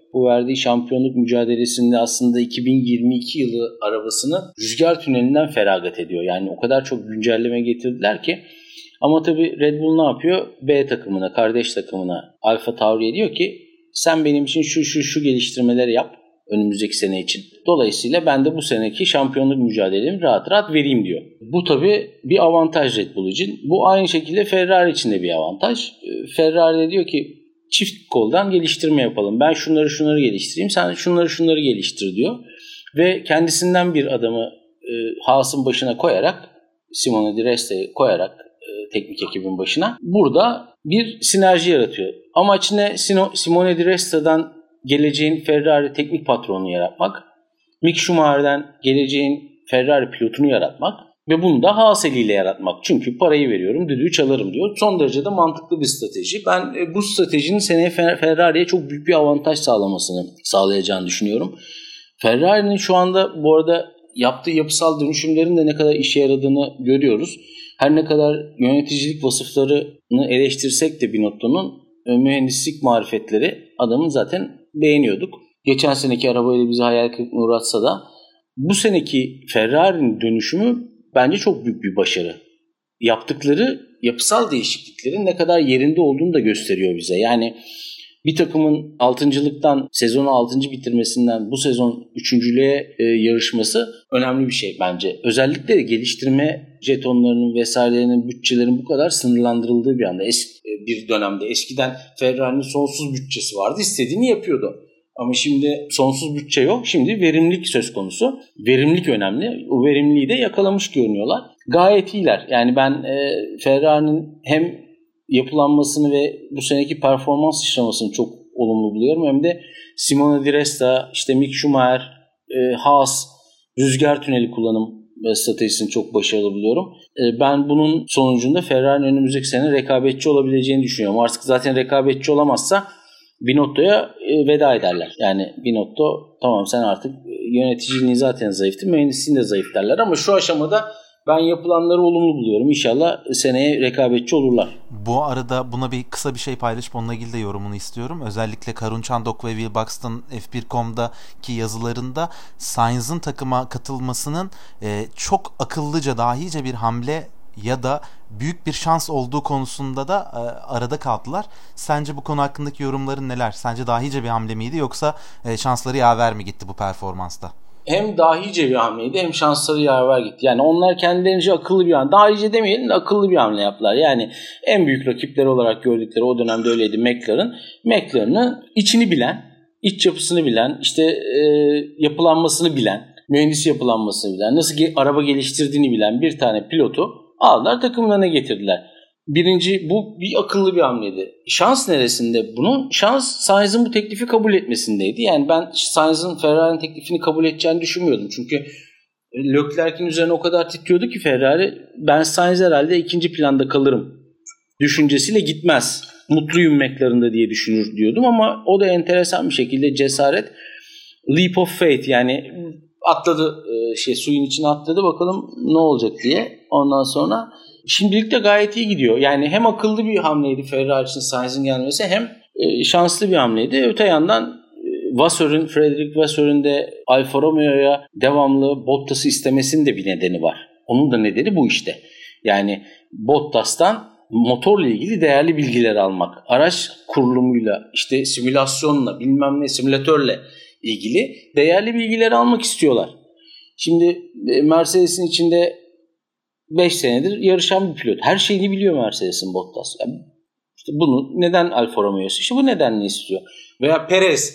Bu verdiği şampiyonluk mücadelesinde aslında iki bin yirmi iki yılı arabasını rüzgar tünelinden feragat ediyor. Yani o kadar çok güncelleme getirdiler ki. Ama tabii Red Bull ne yapıyor? B takımına, kardeş takımına, Alfa Tauri'ye diyor ki sen benim için şu şu şu geliştirmeleri yap önümüzdeki sene için. Dolayısıyla ben de bu seneki şampiyonluk mücadelemi rahat rahat vereyim diyor. Bu tabii bir avantaj Red Bull için. Bu aynı şekilde Ferrari için de bir avantaj. Ferrari de diyor ki çift koldan geliştirme yapalım. Ben şunları şunları geliştireyim, sen şunları şunları geliştir diyor. Ve kendisinden bir adamı e, Haas'ın başına koyarak, Simone Di Resta'yı koyarak e, teknik ekibin başına burada bir sinerji yaratıyor. Amaç ne? Sino, Simone Di Resta'dan geleceğin Ferrari teknik patronunu yaratmak, Mick Schumacher'den geleceğin Ferrari pilotunu yaratmak ve bunu da Haas eliyle yaratmak. Çünkü parayı veriyorum, düdüğü çalarım diyor. Son derece de mantıklı bir strateji. Ben e, bu stratejinin seneye Ferrari'ye çok büyük bir avantaj sağlamasını sağlayacağını düşünüyorum. Ferrari'nin şu anda bu arada yaptığı yapısal dönüşümlerin de ne kadar işe yaradığını görüyoruz. Her ne kadar yöneticilik vasıflarını eleştirsek de Binotto'nun mühendislik marifetleri adamın zaten beğeniyorduk. Geçen seneki arabayla bizi hayal kırıklığına uğratsa da bu seneki Ferrari'nin dönüşümü bence çok büyük bir başarı. Yaptıkları yapısal değişikliklerin ne kadar yerinde olduğunu da gösteriyor bize. Yani bir takımın altıncılıktan sezonu altıncı bitirmesinden bu sezon üçüncülüğe e, yarışması önemli bir şey bence. Özellikle de geliştirme jetonlarının vesairelerinin bütçelerin bu kadar sınırlandırıldığı bir anda es, e, bir dönemde. Eskiden Ferrari'nin sonsuz bütçesi vardı, istediğini yapıyordu. Ama şimdi sonsuz bütçe yok. Şimdi verimlilik söz konusu. Verimlilik önemli. O verimliliği de yakalamış görünüyorlar. Gayet iyiler. Yani ben e, Ferrari'nin hem yapılanmasını ve bu seneki performans sıçramasını çok olumlu buluyorum. Hem de Simone Di Resta, işte Mick Schumacher, e, Haas, rüzgar tüneli kullanım stratejisini çok başarılı buluyorum. E, ben bunun sonucunda Ferrari'nin önümüzdeki sene rekabetçi olabileceğini düşünüyorum. Artık zaten rekabetçi olamazsa Binotto'ya e, veda ederler. Yani Binotto tamam sen artık yöneticiliğin zaten zayıftı, mühendisliğin de zayıf derler ama şu aşamada ben yapılanları olumlu buluyorum. İnşallah seneye rekabetçi olurlar. Bu arada buna bir kısa bir şey paylaşıp onunla ilgili de yorumunu istiyorum. Özellikle Karun Çandok ve Will Buxton F bir nokta com'daki yazılarında Sainz'ın takıma katılmasının e, çok akıllıca, dahice bir hamle ya da büyük bir şans olduğu konusunda da e, arada kaldılar. Sence bu konu hakkındaki yorumların neler? Sence dahice bir hamle miydi yoksa e, şansları yaver mi gitti bu performansta? Hem dahice bir hamleydi hem şansları yaver gitti. Yani onlar kendilerince akıllı bir hamle. Dahice demeyelim de akıllı bir hamle yaptılar. Yani en büyük rakipleri olarak gördükleri o dönemde öyleydi McLaren. McLaren'ın içini bilen, iç yapısını bilen, işte e, yapılanmasını bilen, mühendis yapılanmasını bilen, nasıl ge- araba geliştirdiğini bilen bir tane pilotu aldılar takımlarına getirdiler. Birinci bu bir akıllı bir hamleydi. Şans neresinde bunun? Şans Sainz'ın bu teklifi kabul etmesindeydi. Yani ben Sainz'ın Ferrari'nin teklifini kabul edeceğini düşünmüyordum. Çünkü Leclerc'in üzerine o kadar titriyordu ki Ferrari, ben Sainz herhalde ikinci planda kalırım düşüncesiyle gitmez. Mutluyum McLaren'da diye düşünür diyordum ama o da enteresan bir şekilde cesaret, leap of faith, yani atladı, şey suyun içine atladı, bakalım ne olacak diye. Ondan sonra şimdilik de gayet iyi gidiyor. Yani hem akıllı bir hamleydi Ferrari için Sainz'in gelmesi, hem e, şanslı bir hamleydi. Öte yandan e, Vasseur'ün, Frederic Vasseur'ün de Alfa Romeo'ya devamlı Bottas'ı istemesinin de bir nedeni var. Onun da nedeni bu işte. Yani Bottas'tan motorla ilgili değerli bilgiler almak, araç kurulumuyla, işte simülasyonla, bilmem ne simülatörle ilgili değerli bilgiler almak istiyorlar. Şimdi e, Mercedes'in içinde beş senedir yarışan bir pilot. Her şeyini biliyor Mercedes'in Bottas. Yani işte bunu neden Alfa Romeo istiyor? İşte bu nedenle istiyor. Veya Perez.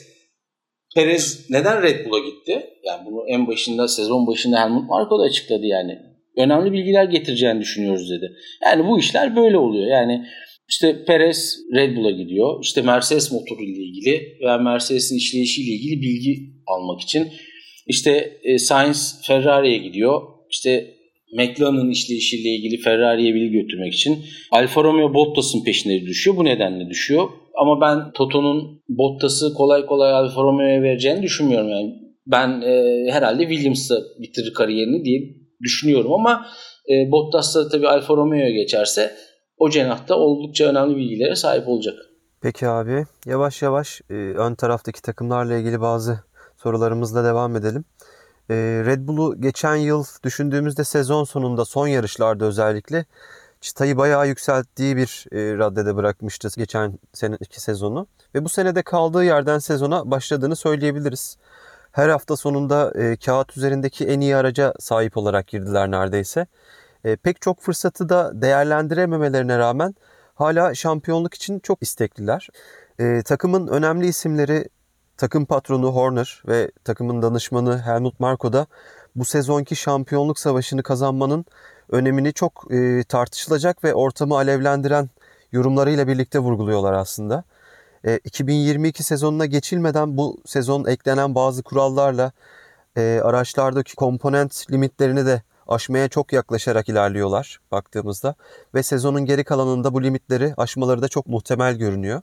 Perez neden Red Bull'a gitti? Yani bunu en başında, sezon başında Helmut Marko da açıkladı yani. Önemli bilgiler getireceğini düşünüyoruz dedi. Yani bu işler böyle oluyor. Yani işte Perez Red Bull'a gidiyor. İşte Mercedes motoru ile ilgili veya Mercedes'in işleyişiyle ilgili bilgi almak için. İşte e, Sainz Ferrari'ye gidiyor. İşte McLaren'ın işleyişiyle ilgili Ferrari'ye bilgi götürmek için. Alfa Romeo Bottas'ın peşine düşüyor. Bu nedenle düşüyor. Ama ben Toto'nun Bottas'ı kolay kolay Alfa Romeo'ya vereceğini düşünmüyorum. Yani ben e, herhalde Williams'la bitirir kariyerini diye düşünüyorum. Ama e, Bottas da tabii Alfa Romeo'ya geçerse o cenahta oldukça önemli bilgilere sahip olacak. Peki abi, yavaş yavaş e, ön taraftaki takımlarla ilgili bazı sorularımızla devam edelim. E, Red Bull'u geçen yıl düşündüğümüzde sezon sonunda son yarışlarda özellikle çıtayı bayağı yükselttiği bir e, raddede bırakmıştı geçen seneki sezonu. Ve bu senede kaldığı yerden sezona başladığını söyleyebiliriz. Her hafta sonunda e, kağıt üzerindeki en iyi araca sahip olarak girdiler neredeyse. E, pek çok fırsatı da değerlendirememelerine rağmen hala şampiyonluk için çok istekliler. E, takımın önemli isimleri takım patronu Horner ve takımın danışmanı Helmut Marko da bu sezonki şampiyonluk savaşını kazanmanın önemini çok e, tartışılacak ve ortamı alevlendiren yorumlarıyla birlikte vurguluyorlar aslında. E, iki bin yirmi iki sezonuna geçilmeden bu sezon eklenen bazı kurallarla e, araçlardaki komponent limitlerini de aşmaya çok yaklaşarak ilerliyorlar baktığımızda ve sezonun geri kalanında bu limitleri aşmaları da çok muhtemel görünüyor.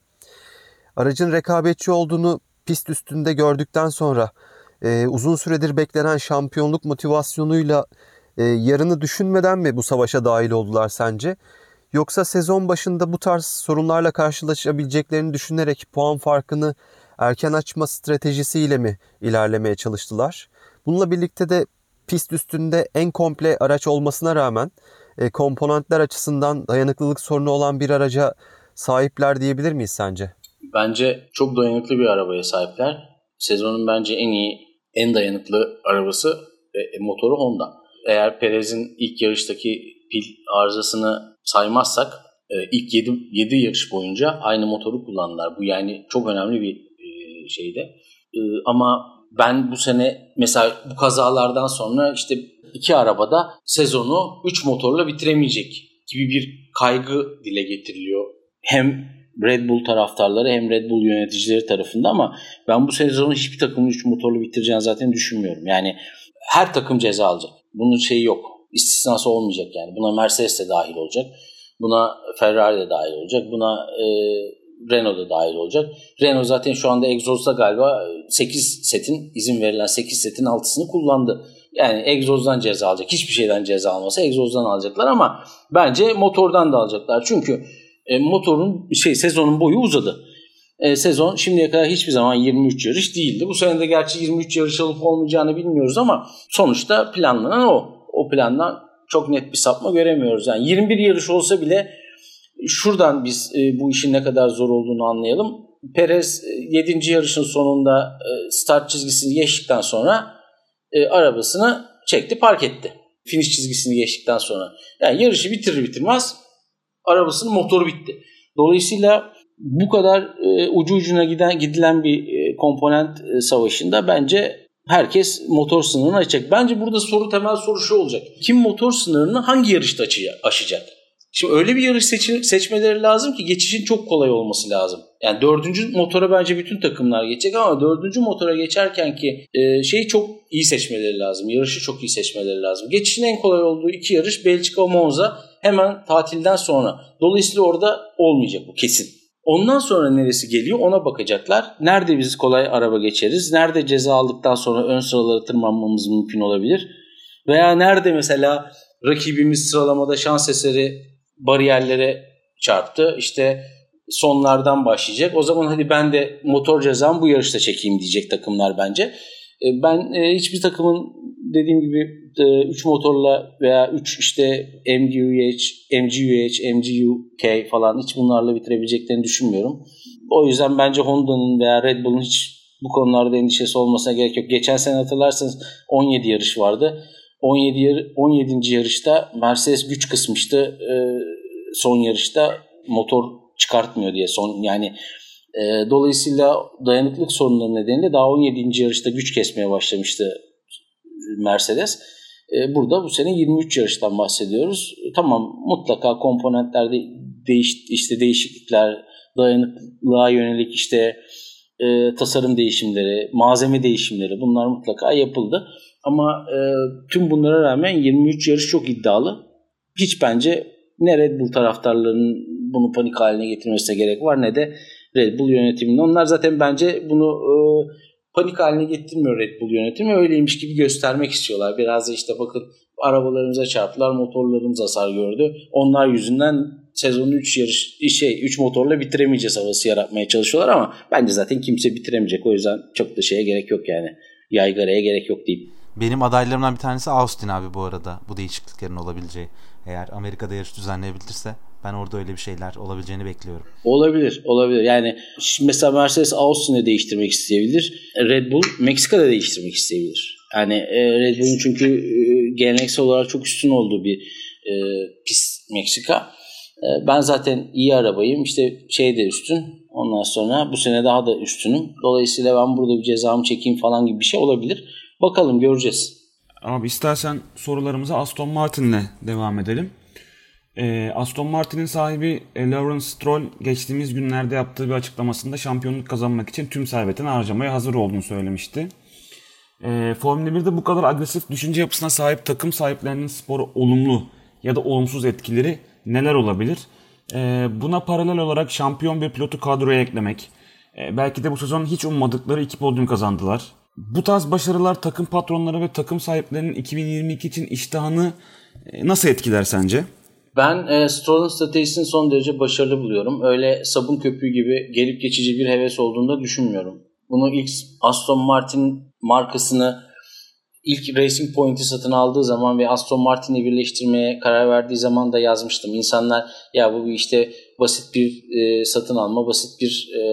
Aracın rekabetçi olduğunu pist üstünde gördükten sonra e, uzun süredir beklenen şampiyonluk motivasyonuyla e, yarını düşünmeden mi bu savaşa dahil oldular sence? Yoksa sezon başında bu tarz sorunlarla karşılaşabileceklerini düşünerek puan farkını erken açma stratejisiyle mi ilerlemeye çalıştılar? Bununla birlikte de pist üstünde en komple araç olmasına rağmen e, komponentler açısından dayanıklılık sorunu olan bir araca sahipler diyebilir miyiz sence? Bence çok dayanıklı bir arabaya sahipler. Sezonun bence en iyi, en dayanıklı arabası e, motoru Honda. Eğer Perez'in ilk yarıştaki pil arızasını saymazsak e, ilk yedi yarış boyunca aynı motoru kullandılar. Bu yani çok önemli bir e, şeydi. E, ama ben bu sene mesela bu kazalardan sonra işte iki arabada sezonu üç motorla bitiremeyecek gibi bir kaygı dile getiriliyor. Hem Red Bull taraftarları hem Red Bull yöneticileri tarafından ama ben bu sezonu hiçbir takımın üç motorlu bitireceğini zaten düşünmüyorum. Yani her takım ceza alacak. Bunun şeyi yok. İstisnası olmayacak yani. Buna Mercedes de dahil olacak. Buna Ferrari de dahil olacak. Buna e, Renault da dahil olacak. Renault zaten şu anda egzozda galiba sekiz setin, izin verilen sekiz setin altısını kullandı. Yani egzozdan ceza alacak. Hiçbir şeyden ceza almasa egzozdan alacaklar ama bence motordan da alacaklar. Çünkü e, motorun şey sezonun boyu uzadı. E, sezon şimdiye kadar hiçbir zaman yirmi üç yarış değildi. Bu sene de gerçi yirmi üç yarış olup olmayacağını bilmiyoruz ama sonuçta planlanan o. O plandan çok net bir sapma göremiyoruz. Yani yirmi bir yarış olsa bile şuradan biz e, bu işin ne kadar zor olduğunu anlayalım. Perez e, yedinci yarışın sonunda e, start çizgisini geçtikten sonra e, arabasını çekti, park etti. Finish çizgisini geçtikten sonra. Yani yarışı bitirir bitirmez arabasının motoru bitti. Dolayısıyla bu kadar e, ucu ucuna giden gidilen bir e, komponent e, savaşında bence herkes motor sınırını aşacak. Bence burada soru temel soru şu olacak. Kim motor sınırını hangi yarışta aşacak? Şimdi öyle bir yarış seçi, seçmeleri lazım ki geçişin çok kolay olması lazım. Yani dördüncü motora bence bütün takımlar geçecek ama dördüncü motora geçerken ki e, şeyi çok iyi seçmeleri lazım. Yarışı çok iyi seçmeleri lazım. Geçişin en kolay olduğu iki yarış Belçika, Monza hemen tatilden sonra. Dolayısıyla orada olmayacak bu kesin. Ondan sonra neresi geliyor ona bakacaklar. Nerede biz kolay araba geçeriz? Nerede ceza aldıktan sonra ön sıralara tırmanmamız mümkün olabilir? Veya nerede mesela rakibimiz sıralamada şans eseri bariyerlere çarptı. İşte sonlardan başlayacak. O zaman hadi ben de motor cezamı bu yarışta çekeyim diyecek takımlar bence. Ben hiçbir takımın dediğim gibi üç motorla veya üç işte M G U H, M G U H, M G U K falan hiç bunlarla bitirebileceklerini düşünmüyorum. O yüzden bence Honda'nın veya Red Bull'un hiç bu konularda endişesi olmasına gerek yok. Geçen sene hatırlarsanız on yedi yarış vardı. on yedi yar- on yedinci yarışta Mercedes güç kısmıştı. Son yarışta motor çıkartmıyor diye. Son yani e, dolayısıyla dayanıklık sorunları nedeniyle daha on yedinci yarışta güç kesmeye başlamıştı Mercedes. E, burada bu sene yirmi üç yarıştan bahsediyoruz. E, tamam mutlaka komponentlerde değiş, işte değişiklikler, dayanıklılığa yönelik işte e, tasarım değişimleri, malzeme değişimleri bunlar mutlaka yapıldı. Ama e, tüm bunlara rağmen yirmi üç yarış çok iddialı. Hiç bence ne Red Bull taraftarlarının bunu panik haline getirmesine gerek var ne de Red Bull yönetiminin. Onlar zaten bence bunu e, panik haline getirmiyor Red Bull yönetimi. Öyleymiş gibi göstermek istiyorlar. Biraz da işte bakın arabalarımıza çarptılar, motorlarımız hasar gördü. Onlar yüzünden sezonu üç yarış şey üç motorla bitiremeyeceğiz havası yaratmaya çalışıyorlar ama bence zaten kimse bitiremeyecek. O yüzden çok da şeye gerek yok yani. Yaygaraya gerek yok deyip. Benim adaylarımdan bir tanesi Austin abi bu arada. Bu değişikliklerin olabileceği. Eğer Amerika'da yarış düzenleyebilirse ben orada öyle bir şeyler olabileceğini bekliyorum. Olabilir, olabilir. Yani mesela Mercedes Austin'e değiştirmek isteyebilir. Red Bull Meksika'da değiştirmek isteyebilir. Yani Red Bull'un çünkü geleneksel olarak çok üstün olduğu bir e, pist Meksika. E, ben zaten iyi arabayım. İşte şey de üstün. Ondan sonra bu sene daha da üstünüm. Dolayısıyla ben burada bir cezamı çekeyim falan gibi bir şey olabilir. Bakalım, göreceğiz. Abi istersen sorularımıza Aston Martin'le devam edelim. Ee, Aston Martin'in sahibi Lawrence Stroll geçtiğimiz günlerde yaptığı bir açıklamasında şampiyonluk kazanmak için tüm servetini harcamaya hazır olduğunu söylemişti. Ee, Formula birde bu kadar agresif düşünce yapısına sahip takım sahiplerinin spora olumlu ya da olumsuz etkileri neler olabilir? Ee, buna paralel olarak şampiyon bir pilotu kadroya eklemek, ee, belki de bu sezon hiç ummadıkları iki podyum kazandılar. Bu tarz başarılar takım patronları ve takım sahiplerinin iki bin yirmi iki için iştahını e, nasıl etkiler sence? Ben e, Stroll'un stratejisini son derece başarılı buluyorum. Öyle sabun köpüğü gibi gelip geçici bir heves olduğunu da düşünmüyorum. Bunu ilk Aston Martin markasını ilk Racing Point'i satın aldığı zaman ve Aston Martin'i birleştirmeye karar verdiği zaman da yazmıştım. İnsanlar ya bu işte basit bir e, satın alma, basit bir e,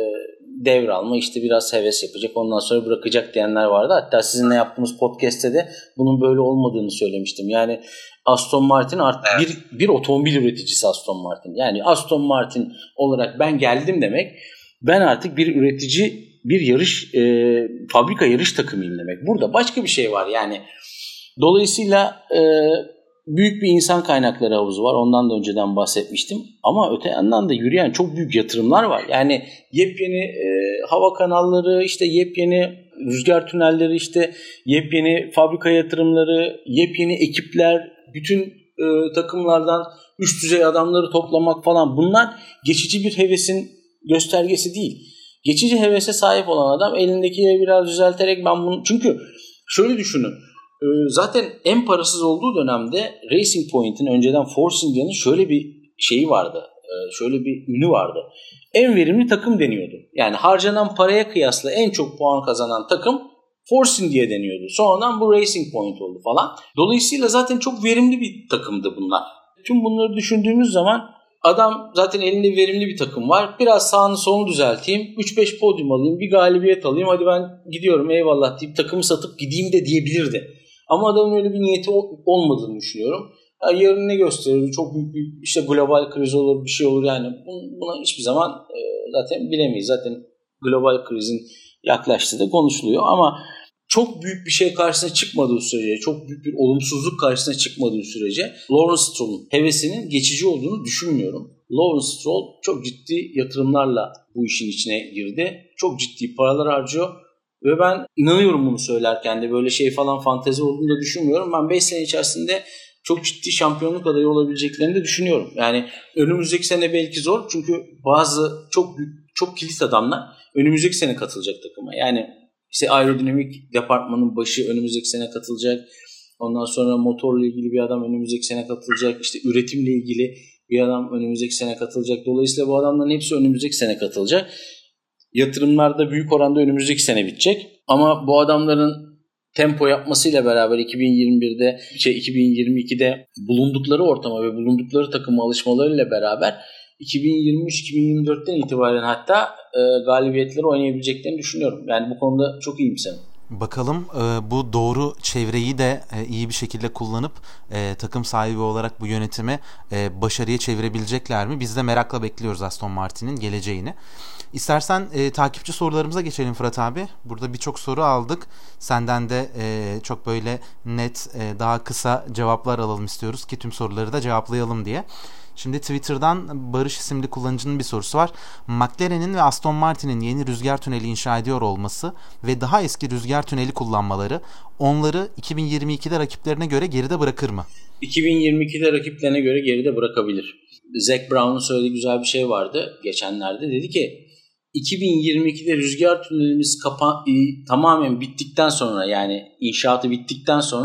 devralma, işte biraz heves yapacak, ondan sonra bırakacak diyenler vardı. Hatta sizinle yaptığımız podcast'te de bunun böyle olmadığını söylemiştim. Yani Aston Martin artık evet. bir, bir otomobil üreticisi Aston Martin. Yani Aston Martin olarak ben geldim demek, ben artık bir üretici, bir yarış, e, fabrika yarış takımıyım demek. Burada başka bir şey var yani. Dolayısıyla e, büyük bir insan kaynakları havuzu var. Ondan da önceden bahsetmiştim. Ama öte yandan da yürüyen çok büyük yatırımlar var. Yani yepyeni e, hava kanalları, işte yepyeni rüzgar tünelleri, işte yepyeni fabrika yatırımları, yepyeni ekipler, bütün e, takımlardan üst düzey adamları toplamak falan, bunlar geçici bir hevesin göstergesi değil. Geçici hevese sahip olan adam elindekileri biraz düzelterek ben bunu... Çünkü şöyle düşünün. Zaten en parasız olduğu dönemde Racing Point'in, önceden Force India'nın şöyle bir şeyi vardı. Şöyle bir ünü vardı. En verimli takım deniyordu. Yani harcanan paraya kıyasla en çok puan kazanan takım Force India deniyordu. Sonradan bu Racing Point oldu falan. Dolayısıyla zaten çok verimli bir takımdı bunlar. Tüm bunları düşündüğümüz zaman adam zaten elinde verimli bir takım var. Biraz sağını solunu düzelteyim. üç beş podyum alayım. Bir galibiyet alayım. Hadi ben gidiyorum eyvallah deyip takımı satıp gideyim de diyebilirdi. Ama adamın öyle bir niyeti olmadığını düşünüyorum. Yani yarın ne gösterir? Çok büyük bir işte global kriz olur, bir şey olur yani. Buna hiçbir zaman e, zaten bilemeyiz. Zaten global krizin yaklaştığı da konuşuluyor ama çok büyük bir şey karşısına çıkmadığı sürece, çok büyük bir olumsuzluk karşısına çıkmadığı sürece Lawrence Stroll'un hevesinin geçici olduğunu düşünmüyorum. Lawrence Stroll çok ciddi yatırımlarla bu işin içine girdi. Çok ciddi paralar harcıyor. Ve ben inanıyorum bunu söylerken de, böyle şey falan fantezi olduğunu da düşünmüyorum. Ben beş sene içerisinde çok ciddi şampiyonluk adayı olabileceklerini de düşünüyorum. Yani önümüzdeki sene belki zor, çünkü bazı çok büyük, çok kilit adamlar önümüzdeki sene katılacak takıma. Yani işte aerodinamik departmanın başı önümüzdeki sene katılacak. Ondan sonra motorla ilgili bir adam önümüzdeki sene katılacak. İşte üretimle ilgili bir adam önümüzdeki sene katılacak. Dolayısıyla bu adamların hepsi önümüzdeki sene katılacak. Yatırımlar da büyük oranda önümüzdeki sene bitecek. Ama bu adamların tempo yapmasıyla beraber iki bin yirmi birde, şey iki bin yirmi ikide bulundukları ortama ve bulundukları takıma alışmalarıyla beraber iki bin yirmi üç iki bin yirmi dörtten itibaren hatta e, galibiyetleri oynayabileceklerini düşünüyorum. Yani bu konuda çok iyimserim. Bakalım e, bu doğru çevreyi de e, iyi bir şekilde kullanıp e, takım sahibi olarak bu yönetimi e, başarıya çevirebilecekler mi? Biz de merakla bekliyoruz Aston Martin'in geleceğini. İstersen e, takipçi sorularımıza geçelim Fırat abi. Burada birçok soru aldık. Senden de e, çok böyle net, e, daha kısa cevaplar alalım istiyoruz ki tüm soruları da cevaplayalım diye. Şimdi Twitter'dan Barış isimli kullanıcının bir sorusu var. McLaren'in ve Aston Martin'in yeni rüzgar tüneli inşa ediyor olması ve daha eski rüzgar tüneli kullanmaları onları iki bin yirmi ikide rakiplerine göre geride bırakır mı? iki bin yirmi ikide rakiplerine göre geride bırakabilir. Zac Brown'un söylediği güzel bir şey vardı geçenlerde. Dedi ki iki bin yirmi ikide rüzgar tünelimiz kapa- tamamen bittikten sonra, yani inşaatı bittikten sonra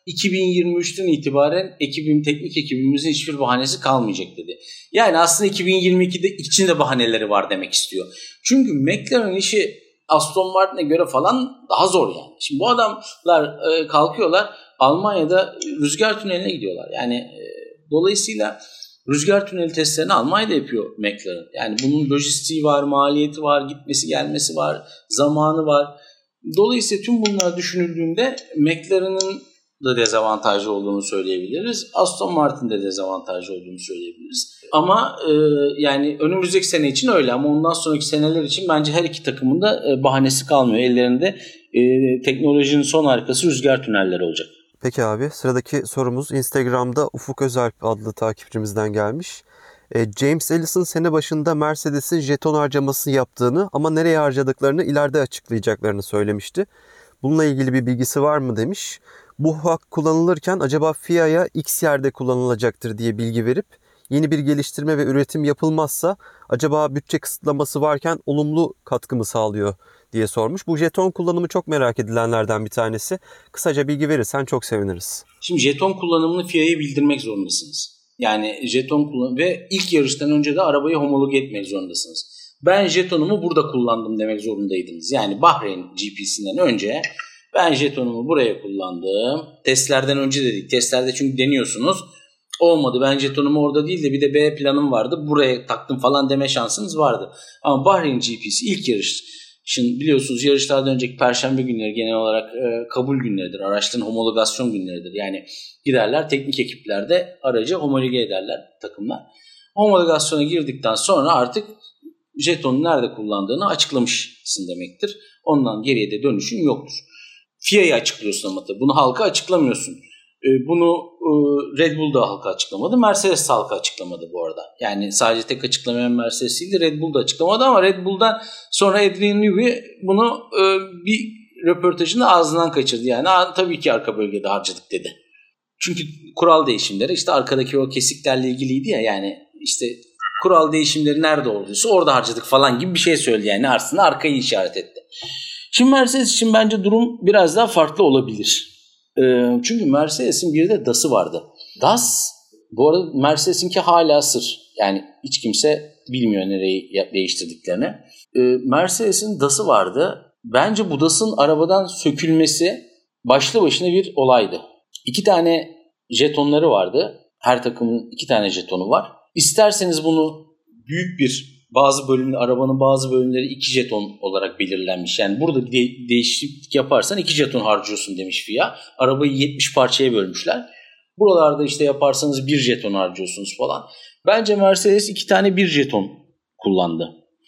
iki bin yirmi üçten itibaren ekibim, teknik ekibimizin hiçbir bahanesi kalmayacak dedi. Yani aslında iki bin yirmi ikide için de bahaneleri var demek istiyor. Çünkü McLaren'ın işi Aston Martin'e göre falan daha zor yani. Şimdi bu adamlar e, kalkıyorlar Almanya'da rüzgar tüneline gidiyorlar. Yani e, dolayısıyla rüzgar tüneli testlerini Almanya'da yapıyor McLaren. Yani bunun lojistiği var, maliyeti var, gitmesi gelmesi var, zamanı var. Dolayısıyla tüm bunlar düşünüldüğünde McLaren'ın da dezavantajlı olduğunu söyleyebiliriz. Aston Martin'de dezavantajlı olduğunu söyleyebiliriz. Ama e, yani önümüzdeki sene için öyle ama ondan sonraki seneler için bence her iki takımın da e, bahanesi kalmıyor. Ellerinde e, teknolojinin son harikası rüzgar tünelleri olacak. Peki abi, sıradaki sorumuz Instagram'da Ufuk Özalp adlı takipçimizden gelmiş. E, James Ellison sene başında Mercedes'in jeton harcaması yaptığını ama nereye harcadıklarını ileride açıklayacaklarını söylemişti. Bununla ilgili bir bilgisi var mı demiş. Bu hak kullanılırken acaba F I A'ya X yerde kullanılacaktır diye bilgi verip yeni bir geliştirme ve üretim yapılmazsa acaba bütçe kısıtlaması varken olumlu katkı mı sağlıyor diye sormuş. Bu jeton kullanımı çok merak edilenlerden bir tanesi. Kısaca bilgi verirsen çok seviniriz. Şimdi jeton kullanımını F I A'ya bildirmek zorundasınız. Yani jeton kullanımı ve ilk yarıştan önce de arabayı homologe etmek zorundasınız. Ben jetonumu burada kullandım demek zorundaydınız. Yani Bahreyn G P'sinden önce ben jetonumu buraya kullandım. Testlerden önce dedik. Testlerde çünkü deniyorsunuz. Olmadı. Ben jetonumu orada değil de bir de B planım vardı. Buraya taktım falan deme şansınız vardı. Ama Bahreyn G P'si ilk yarış. Şimdi biliyorsunuz yarışlardan önceki perşembe günleri genel olarak e, kabul günleridir. Araçların homologasyon günleridir. Yani giderler teknik ekiplerde aracı homologe ederler takımlar. Homologasyona girdikten sonra artık jetonu nerede kullandığını açıklamışsın demektir. Ondan geriye de dönüşün yoktur. F I A'yı açıklıyorsun ama tabii. Bunu halka açıklamıyorsun. Bunu Red Bull da halka açıklamadı. Mercedes de halka açıklamadı bu arada. Yani sadece tek açıklamayan Mercedes değil de Red Bull da açıklamadı ama Red Bull'dan sonra Adrian Newey bunu bir röportajında ağzından kaçırdı. Yani tabii ki arka bölgede harcadık dedi. Çünkü kural değişimleri işte arkadaki o kesiklerle ilgiliydi ya, yani işte kural değişimleri nerede olduysa orada harcadık falan gibi bir şey söyledi. Yani aslında arkayı işaret etti. Şimdi Mercedes için bence durum biraz daha farklı olabilir. Çünkü Mercedes'in bir de D A S'ı vardı. D A S bu arada Mercedes'inki hala sır. Yani hiç kimse bilmiyor nereyi değiştirdiklerini. Mercedes'in D A S'ı vardı. Bence bu D A S'ın arabadan sökülmesi başlı başına bir olaydı. İki tane jetonları vardı. Her takımın iki tane jetonu var. İsterseniz bunu büyük bir bazı bölümler, arabanın bazı bölümleri iki jeton olarak belirlenmiş. Yani burada bir de- değişiklik yaparsan iki jeton harcıyorsun demiş F I A. Arabayı yetmiş parçaya bölmüşler. Buralarda işte yaparsanız bir jeton harcıyorsunuz falan. Bence Mercedes iki tane bir jeton kullandı.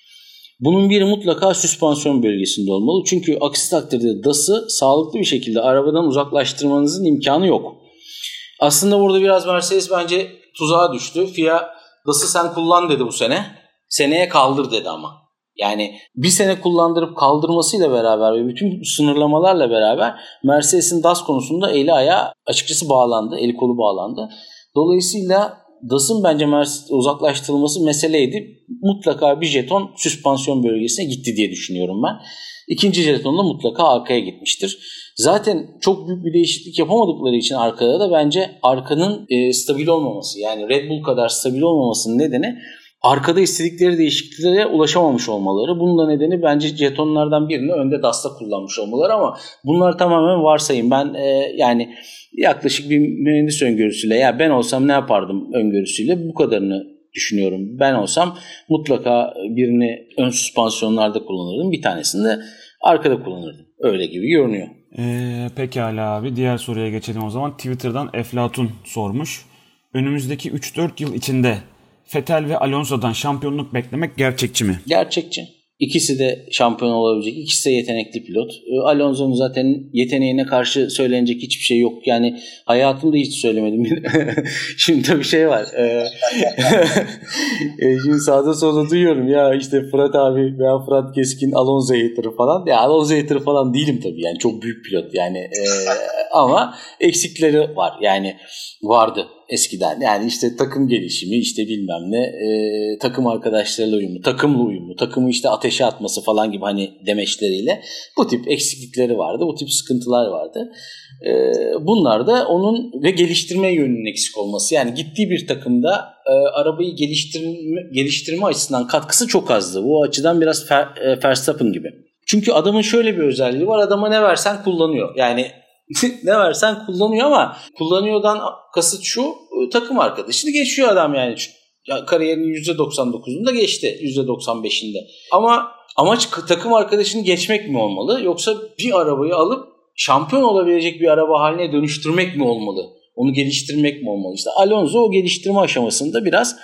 Bunun biri mutlaka süspansiyon bölgesinde olmalı. Çünkü aksi takdirde D A S'ı sağlıklı bir şekilde arabadan uzaklaştırmanızın imkanı yok. Aslında burada biraz Mercedes bence tuzağa düştü. F I A D A S'ı sen kullan dedi bu sene. Seneye kaldır dedi ama. Yani bir sene kullandırıp kaldırmasıyla beraber ve bütün sınırlamalarla beraber Mercedes'in D A S konusunda eli ayağı açıkçası bağlandı. Eli kolu bağlandı. Dolayısıyla D A S'ın bence uzaklaştırılması meseleydi. Mutlaka bir jeton süspansiyon bölgesine gitti diye düşünüyorum ben. İkinci jeton da mutlaka arkaya gitmiştir. Zaten çok büyük bir değişiklik yapamadıkları için arkada da bence arkanın e, stabil olmaması, yani Red Bull kadar stabil olmamasının nedeni arkada istedikleri değişikliklere ulaşamamış olmaları. Bunun da nedeni bence jetonlardan birini önde D A S'ta kullanmış olmaları ama bunlar tamamen varsayım. Ben e, yani yaklaşık bir mühendis öngörüsüyle, ya ben olsam ne yapardım öngörüsüyle bu kadarını düşünüyorum. Ben olsam mutlaka birini ön süspansiyonlarda kullanırdım. Bir tanesini de arkada kullanırdım. Öyle gibi görünüyor. Ee, pekala abi, diğer soruya geçelim o zaman. Twitter'dan Eflatun sormuş. Önümüzdeki üç dört yıl içinde Vettel ve Alonso'dan şampiyonluk beklemek gerçekçi mi? Gerçekçi. İkisi de şampiyon olabilecek. İkisi de yetenekli pilot. Alonso'nun zaten yeteneğine karşı söylenecek hiçbir şey yok. Yani hayatımda hiç söylemedim. Şimdi tabii şey var. Şimdi sağda solda duyuyorum ya işte Fırat abi veya Fırat Keskin Alonso hater'ı falan. Ya Alonso hater'ı falan değilim tabii. Yani çok büyük pilot yani. Ama eksikleri var. Yani vardı. eskiden. Yani işte takım gelişimi, işte bilmem ne, e, takım arkadaşlarıyla uyumu, takımla uyumu, takımı işte ateşe atması falan gibi hani demeçleriyle bu tip eksiklikleri vardı, bu tip sıkıntılar vardı. E, bunlar da onun ve geliştirme yönünün eksik olması. Yani gittiği bir takımda e, arabayı geliştirme, geliştirme açısından katkısı çok azdı. Bu açıdan biraz Fer, e, Verstappen gibi. Çünkü adamın şöyle bir özelliği var, adama ne versen kullanıyor. Yani ne versen kullanıyor ama kullanıyordan kasıt şu, takım arkadaşını geçiyor adam yani. Kariyerinin yüzde doksan dokuzunda geçti, yüzde doksan beşinde. Ama amaç takım arkadaşını geçmek mi olmalı yoksa bir arabayı alıp şampiyon olabilecek bir araba haline dönüştürmek mi olmalı? Onu geliştirmek mi olmalı? İşte Alonso o geliştirme aşamasında biraz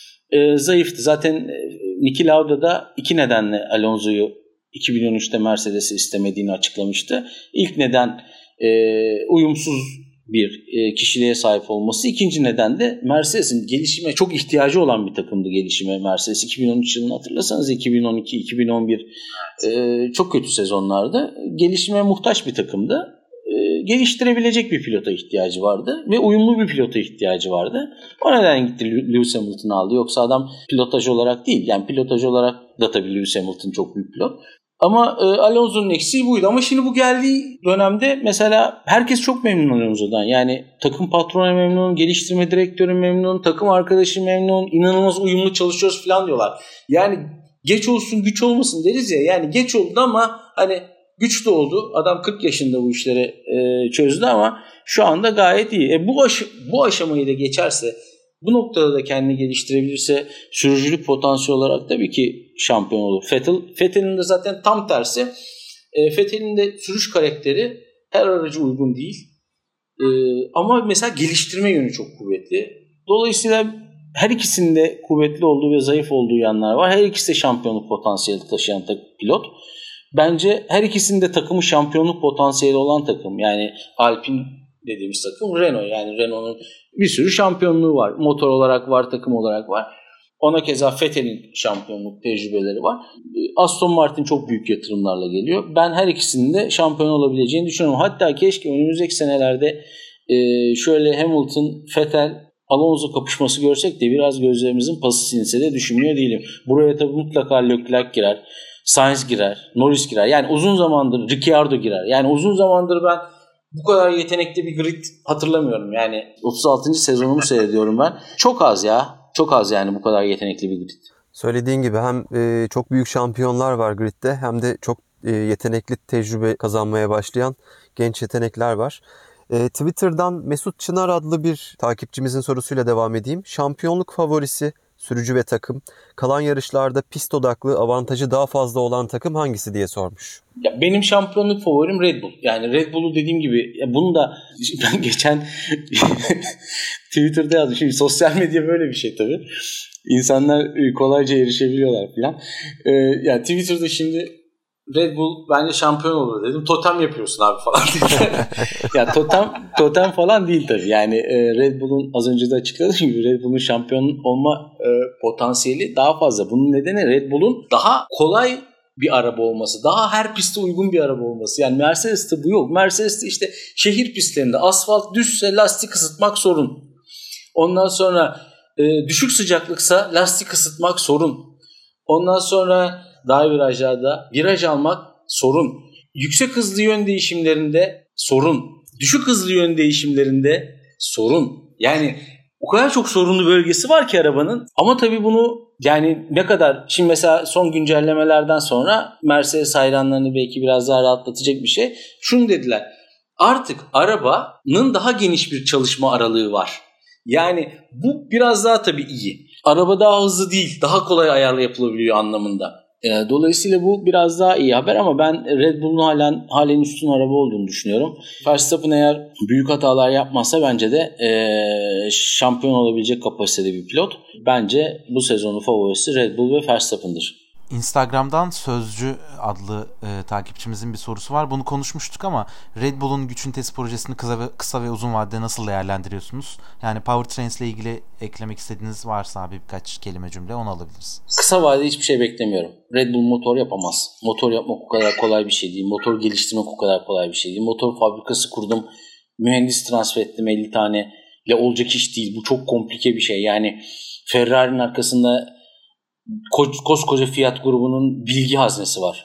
e, zayıftı. Zaten e, Niki Lauda da iki nedenle Alonso'yu iki bin on üçte Mercedes'i istemediğini açıklamıştı. İlk neden e, uyumsuz bir e, kişiliğe sahip olması. İkinci neden de Mercedes'in gelişime çok ihtiyacı olan bir takımdı gelişime Mercedes. iki bin on üç yılını hatırlarsanız iki bin on iki iki bin on bir e, çok kötü sezonlardı. Gelişime muhtaç bir takımdı. E, geliştirebilecek bir pilota ihtiyacı vardı ve uyumlu bir pilota ihtiyacı vardı. O neden gitti Lewis Hamilton'ı aldı. Yoksa adam pilotaj olarak değil. Yani pilotaj olarak da tabii Lewis Hamilton çok büyük pilot. Ama e, Alonso'nun eksiği buydu. Ama şimdi bu geldiği dönemde mesela herkes çok memnun Alonso'dan. Yani takım patronu memnun, geliştirme direktörü memnun, takım arkadaşı memnun, inanılmaz uyumlu çalışıyoruz falan diyorlar. Yani geç olsun güç olmasın deriz ya. Yani geç oldu ama hani güç de oldu. Adam kırk yaşında bu işleri e, çözdü ama şu anda gayet iyi. E, bu, aş- bu aşamayı da geçerse, bu noktada da kendini geliştirebilirse sürücülük potansiyeli olarak tabii ki şampiyon olur. Vettel, Vettel'in de zaten tam tersi. E, Vettel'in de sürüş karakteri her araca uygun değil. E, ama mesela geliştirme yönü çok kuvvetli. Dolayısıyla her ikisinde kuvvetli olduğu ve zayıf olduğu yanlar var. Her ikisi de şampiyonluk potansiyeli taşıyan pilot. Bence her ikisinde takımı şampiyonluk potansiyeli olan takım. Yani Alpine dediğimiz takım Renault. Yani Renault'un bir sürü şampiyonluğu var. Motor olarak var, takım olarak var. Ona keza Vettel'in şampiyonluk tecrübeleri var. Aston Martin çok büyük yatırımlarla geliyor. Ben her ikisinin de şampiyon olabileceğini düşünüyorum. Hatta keşke önümüzdeki senelerde şöyle Hamilton, Vettel, Alonso kapışması görsek de biraz gözlerimizin pası silinse de düşünmüyor değilim. Buraya tabii mutlaka Leclerc girer, Sainz girer, Norris girer. Yani uzun zamandır Ricciardo girer. Yani uzun zamandır ben bu kadar yetenekli bir grid hatırlamıyorum. Yani otuz altıncı sezonumu seyrediyorum ben. Çok az ya. Çok az yani bu kadar yetenekli bir grid. Söylediğin gibi hem e, çok büyük şampiyonlar var gridde hem de çok e, yetenekli tecrübe kazanmaya başlayan genç yetenekler var. E, Twitter'dan Mesut Çınar adlı bir takipçimizin sorusuyla devam edeyim. Şampiyonluk favorisi sürücü ve takım, kalan yarışlarda pist odaklı avantajı daha fazla olan takım hangisi diye sormuş. Ya benim şampiyonluk favorim Red Bull. Yani Red Bull'u dediğim gibi ya bunu da ben geçen Twitter'da yazdım. Şimdi sosyal medya böyle bir şey tabii. İnsanlar kolayca erişebiliyorlar falan. Ee, yani Twitter'da şimdi Red Bull bence şampiyon olur dedim. Totem yapıyorsun abi falan dediler. Ya totem totem falan değil tabii. Yani e, Red Bull'un az önce de açıkladığım gibi Red Bull'un şampiyon olma e, potansiyeli daha fazla. Bunun nedeni Red Bull'un daha kolay bir araba olması. Daha her piste uygun bir araba olması. Yani Mercedes'te bu yok. Mercedes'te işte şehir pistlerinde asfalt düzse lastik ısıtmak sorun. Ondan sonra e, düşük sıcaklıksa lastik ısıtmak sorun. Ondan sonra dar virajlarda viraj almak sorun. Yüksek hızlı yön değişimlerinde sorun. Düşük hızlı yön değişimlerinde sorun. Yani o kadar çok sorunlu bölgesi var ki arabanın. Ama tabii bunu yani ne kadar... Şimdi mesela son güncellemelerden sonra Mercedes hayranlarını belki biraz daha rahatlatacak bir şey. Şunu dediler. Artık arabanın daha geniş bir çalışma aralığı var. Yani bu biraz daha tabii iyi. Araba daha hızlı değil, daha kolay ayarlı yapılabiliyor anlamında. Dolayısıyla bu biraz daha iyi haber ama ben Red Bull'un halen, halen üstün araba olduğunu düşünüyorum. Verstappen eğer büyük hatalar yapmazsa bence de e, şampiyon olabilecek kapasitede bir pilot. Bence bu sezonun favorisi Red Bull ve Verstappen'dır. Instagram'dan Sözcü adlı e, takipçimizin bir sorusu var. Bunu konuşmuştuk ama Red Bull'un güç ünitesi projesini kısa ve, kısa ve uzun vadede nasıl değerlendiriyorsunuz? Yani Powertrains ile ilgili eklemek istediğiniz varsa abi birkaç kelime cümle onu alabiliriz. Kısa vadede hiçbir şey beklemiyorum. Red Bull motor yapamaz. Motor yapmak o kadar kolay bir şey değil. Motor geliştirmek o kadar kolay bir şey değil. Motor fabrikası kurdum. Mühendis transfer ettim elli tane. ile olacak iş değil. Bu çok komplike bir şey. Yani Ferrari'nin arkasında ko- koskoca Fiat grubunun bilgi haznesi var.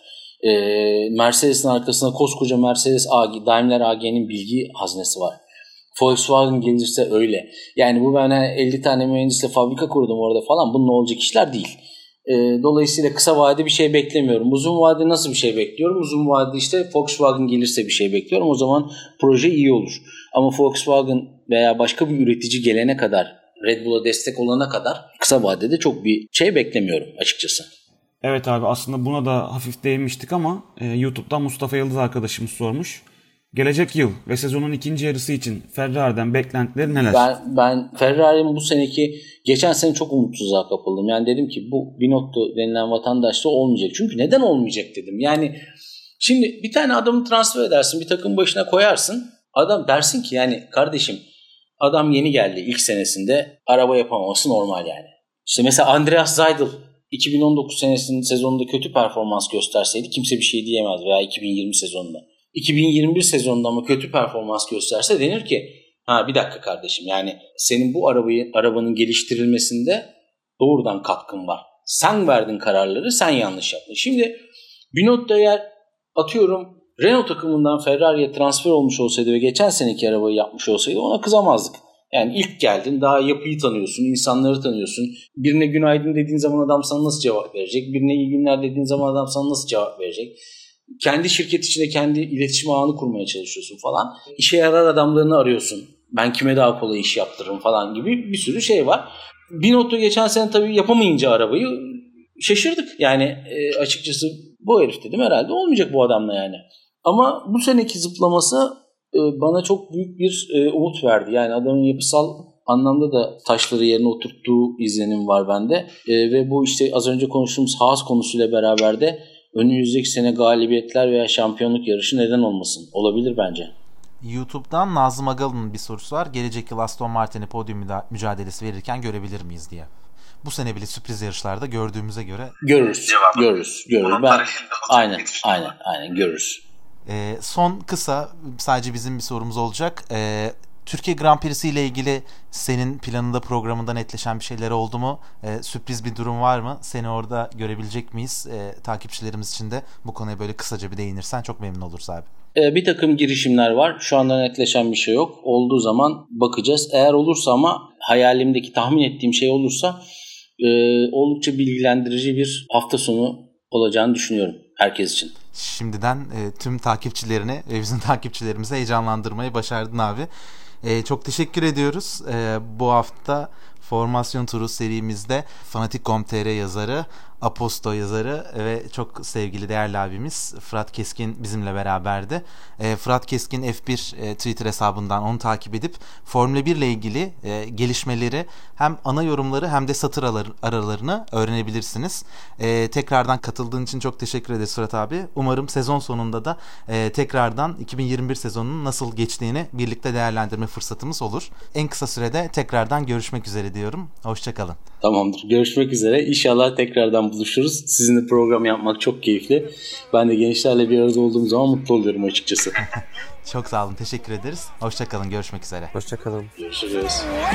Ee, Mercedes'in arkasında koskoca Mercedes A G, Daimler A G'nin bilgi haznesi var. Volkswagen gelirse öyle. Yani bu ben elli tane mühendisle fabrika kurdum orada falan. Bununla olacak işler değil. E, dolayısıyla kısa vade bir şey beklemiyorum. Uzun vade nasıl bir şey bekliyorum? Uzun vade işte Volkswagen gelirse bir şey bekliyorum. O zaman proje iyi olur. Ama Volkswagen veya başka bir üretici gelene kadar, Red Bull'a destek olana kadar kısa vadede çok bir şey beklemiyorum açıkçası. Evet abi, aslında buna da hafif değinmiştik ama e, YouTube'dan Mustafa Yıldız arkadaşımız sormuş. Gelecek yıl ve sezonun ikinci yarısı için Ferrari'den beklentileri neler? Ben, ben Ferrari'nin bu seneki, geçen sene çok umutsuzluğa kapıldım. Yani dedim ki bu Binotto denilen vatandaşta olmayacak. Çünkü neden olmayacak dedim. Yani şimdi bir tane adamı transfer edersin, bir takım başına koyarsın. Adam dersin ki yani kardeşim adam yeni geldi ilk senesinde, araba yapamaması normal yani. İşte mesela Andreas Seidl iki bin on dokuz senesinin sezonunda kötü performans gösterseydi kimse bir şey diyemez, veya iki bin yirmi sezonunda. iki bin yirmi bir sezonunda ama kötü performans gösterse denir ki ha bir dakika kardeşim, yani senin bu arabayı arabanın geliştirilmesinde doğrudan katkın var. Sen verdin kararları, sen yanlış yaptın. Şimdi Binotto eğer atıyorum Renault takımından Ferrari'ye transfer olmuş olsaydı ve geçen seneki arabayı yapmış olsaydı ona kızamazdık. Yani ilk geldin, daha yapıyı tanıyorsun, insanları tanıyorsun. Birine günaydın dediğin zaman adam sana nasıl cevap verecek? Birine iyi günler dediğin zaman adam sana nasıl cevap verecek? Kendi şirket içinde kendi iletişim ağını kurmaya çalışıyorsun falan. İşe yarar adamlarını arıyorsun. Ben kime daha kolay iş yaptırırım falan gibi bir sürü şey var. Binotto geçen sene tabii yapamayınca arabayı şaşırdık. Yani e, açıkçası bu herif dedim herhalde olmayacak bu adamla yani. Ama bu seneki zıplaması e, bana çok büyük bir e, umut verdi. Yani adamın yapısal anlamda da taşları yerine oturttuğu izlenim var bende. E, ve bu işte az önce konuştuğumuz Haas konusuyla beraber de önümüzdeki sene galibiyetler veya şampiyonluk yarışı neden olmasın? Olabilir bence. YouTube'dan Nazım Agal'ın bir sorusu var. Gelecek yıl Aston Martin'i podyum mücadelesi verirken görebilir miyiz diye. Bu sene bile sürpriz yarışlarda gördüğümüze göre görürüz. Cevabı. Görürüz. Görürüz. Ben aynen, aynen, aynen görürüz. Ee, son kısa sadece bizim bir sorumuz olacak. Ee, Türkiye Grand Prix'si ile ilgili senin planında, programında netleşen bir şeyler oldu mu? Ee, sürpriz bir durum var mı? Seni orada görebilecek miyiz? Ee, takipçilerimiz için de bu konuya böyle kısaca bir değinirsen çok memnun oluruz abi. Ee, bir takım girişimler var. Şu anda netleşen bir şey yok. Olduğu zaman bakacağız. Eğer olursa, ama hayalimdeki, tahmin ettiğim şey olursa e, oldukça bilgilendirici bir hafta sonu olacağını düşünüyorum herkes için. Şimdiden e, tüm takipçilerini ve bizim takipçilerimizi heyecanlandırmayı başardın abi. E, çok teşekkür ediyoruz. E, bu hafta Formasyon Turu serimizde Fanatik nokta com nokta tr yazarı, Aposto yazarı ve çok sevgili değerli abimiz Fırat Keskin bizimle beraberdi. E, Fırat Keskin F bir e, Twitter hesabından onu takip edip Formula bir ile ilgili e, gelişmeleri, hem ana yorumları hem de satır aralarını öğrenebilirsiniz. E, tekrardan katıldığın için çok teşekkür ederiz Fırat abi. Umarım sezon sonunda da e, tekrardan iki bin yirmi bir sezonunun nasıl geçtiğini birlikte değerlendirme fırsatımız olur. En kısa sürede tekrardan görüşmek üzere diyorum. Hoşçakalın. Tamamdır. Görüşmek üzere. İnşallah tekrardan buluşuruz. Sizinle program yapmak çok keyifli. Ben de gençlerle bir arada olduğum zaman mutlu oluyorum açıkçası. Çok sağ olun. Teşekkür ederiz. Hoşçakalın. Görüşmek üzere. Hoşçakalın. Görüşürüz.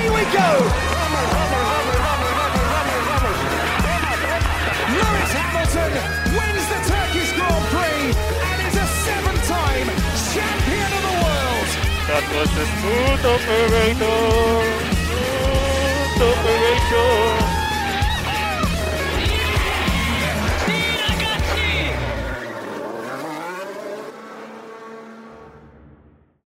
Lewis Hamilton wins the Turkish Grand Prix and is a seven-time champion of the world. That was the smooth operator.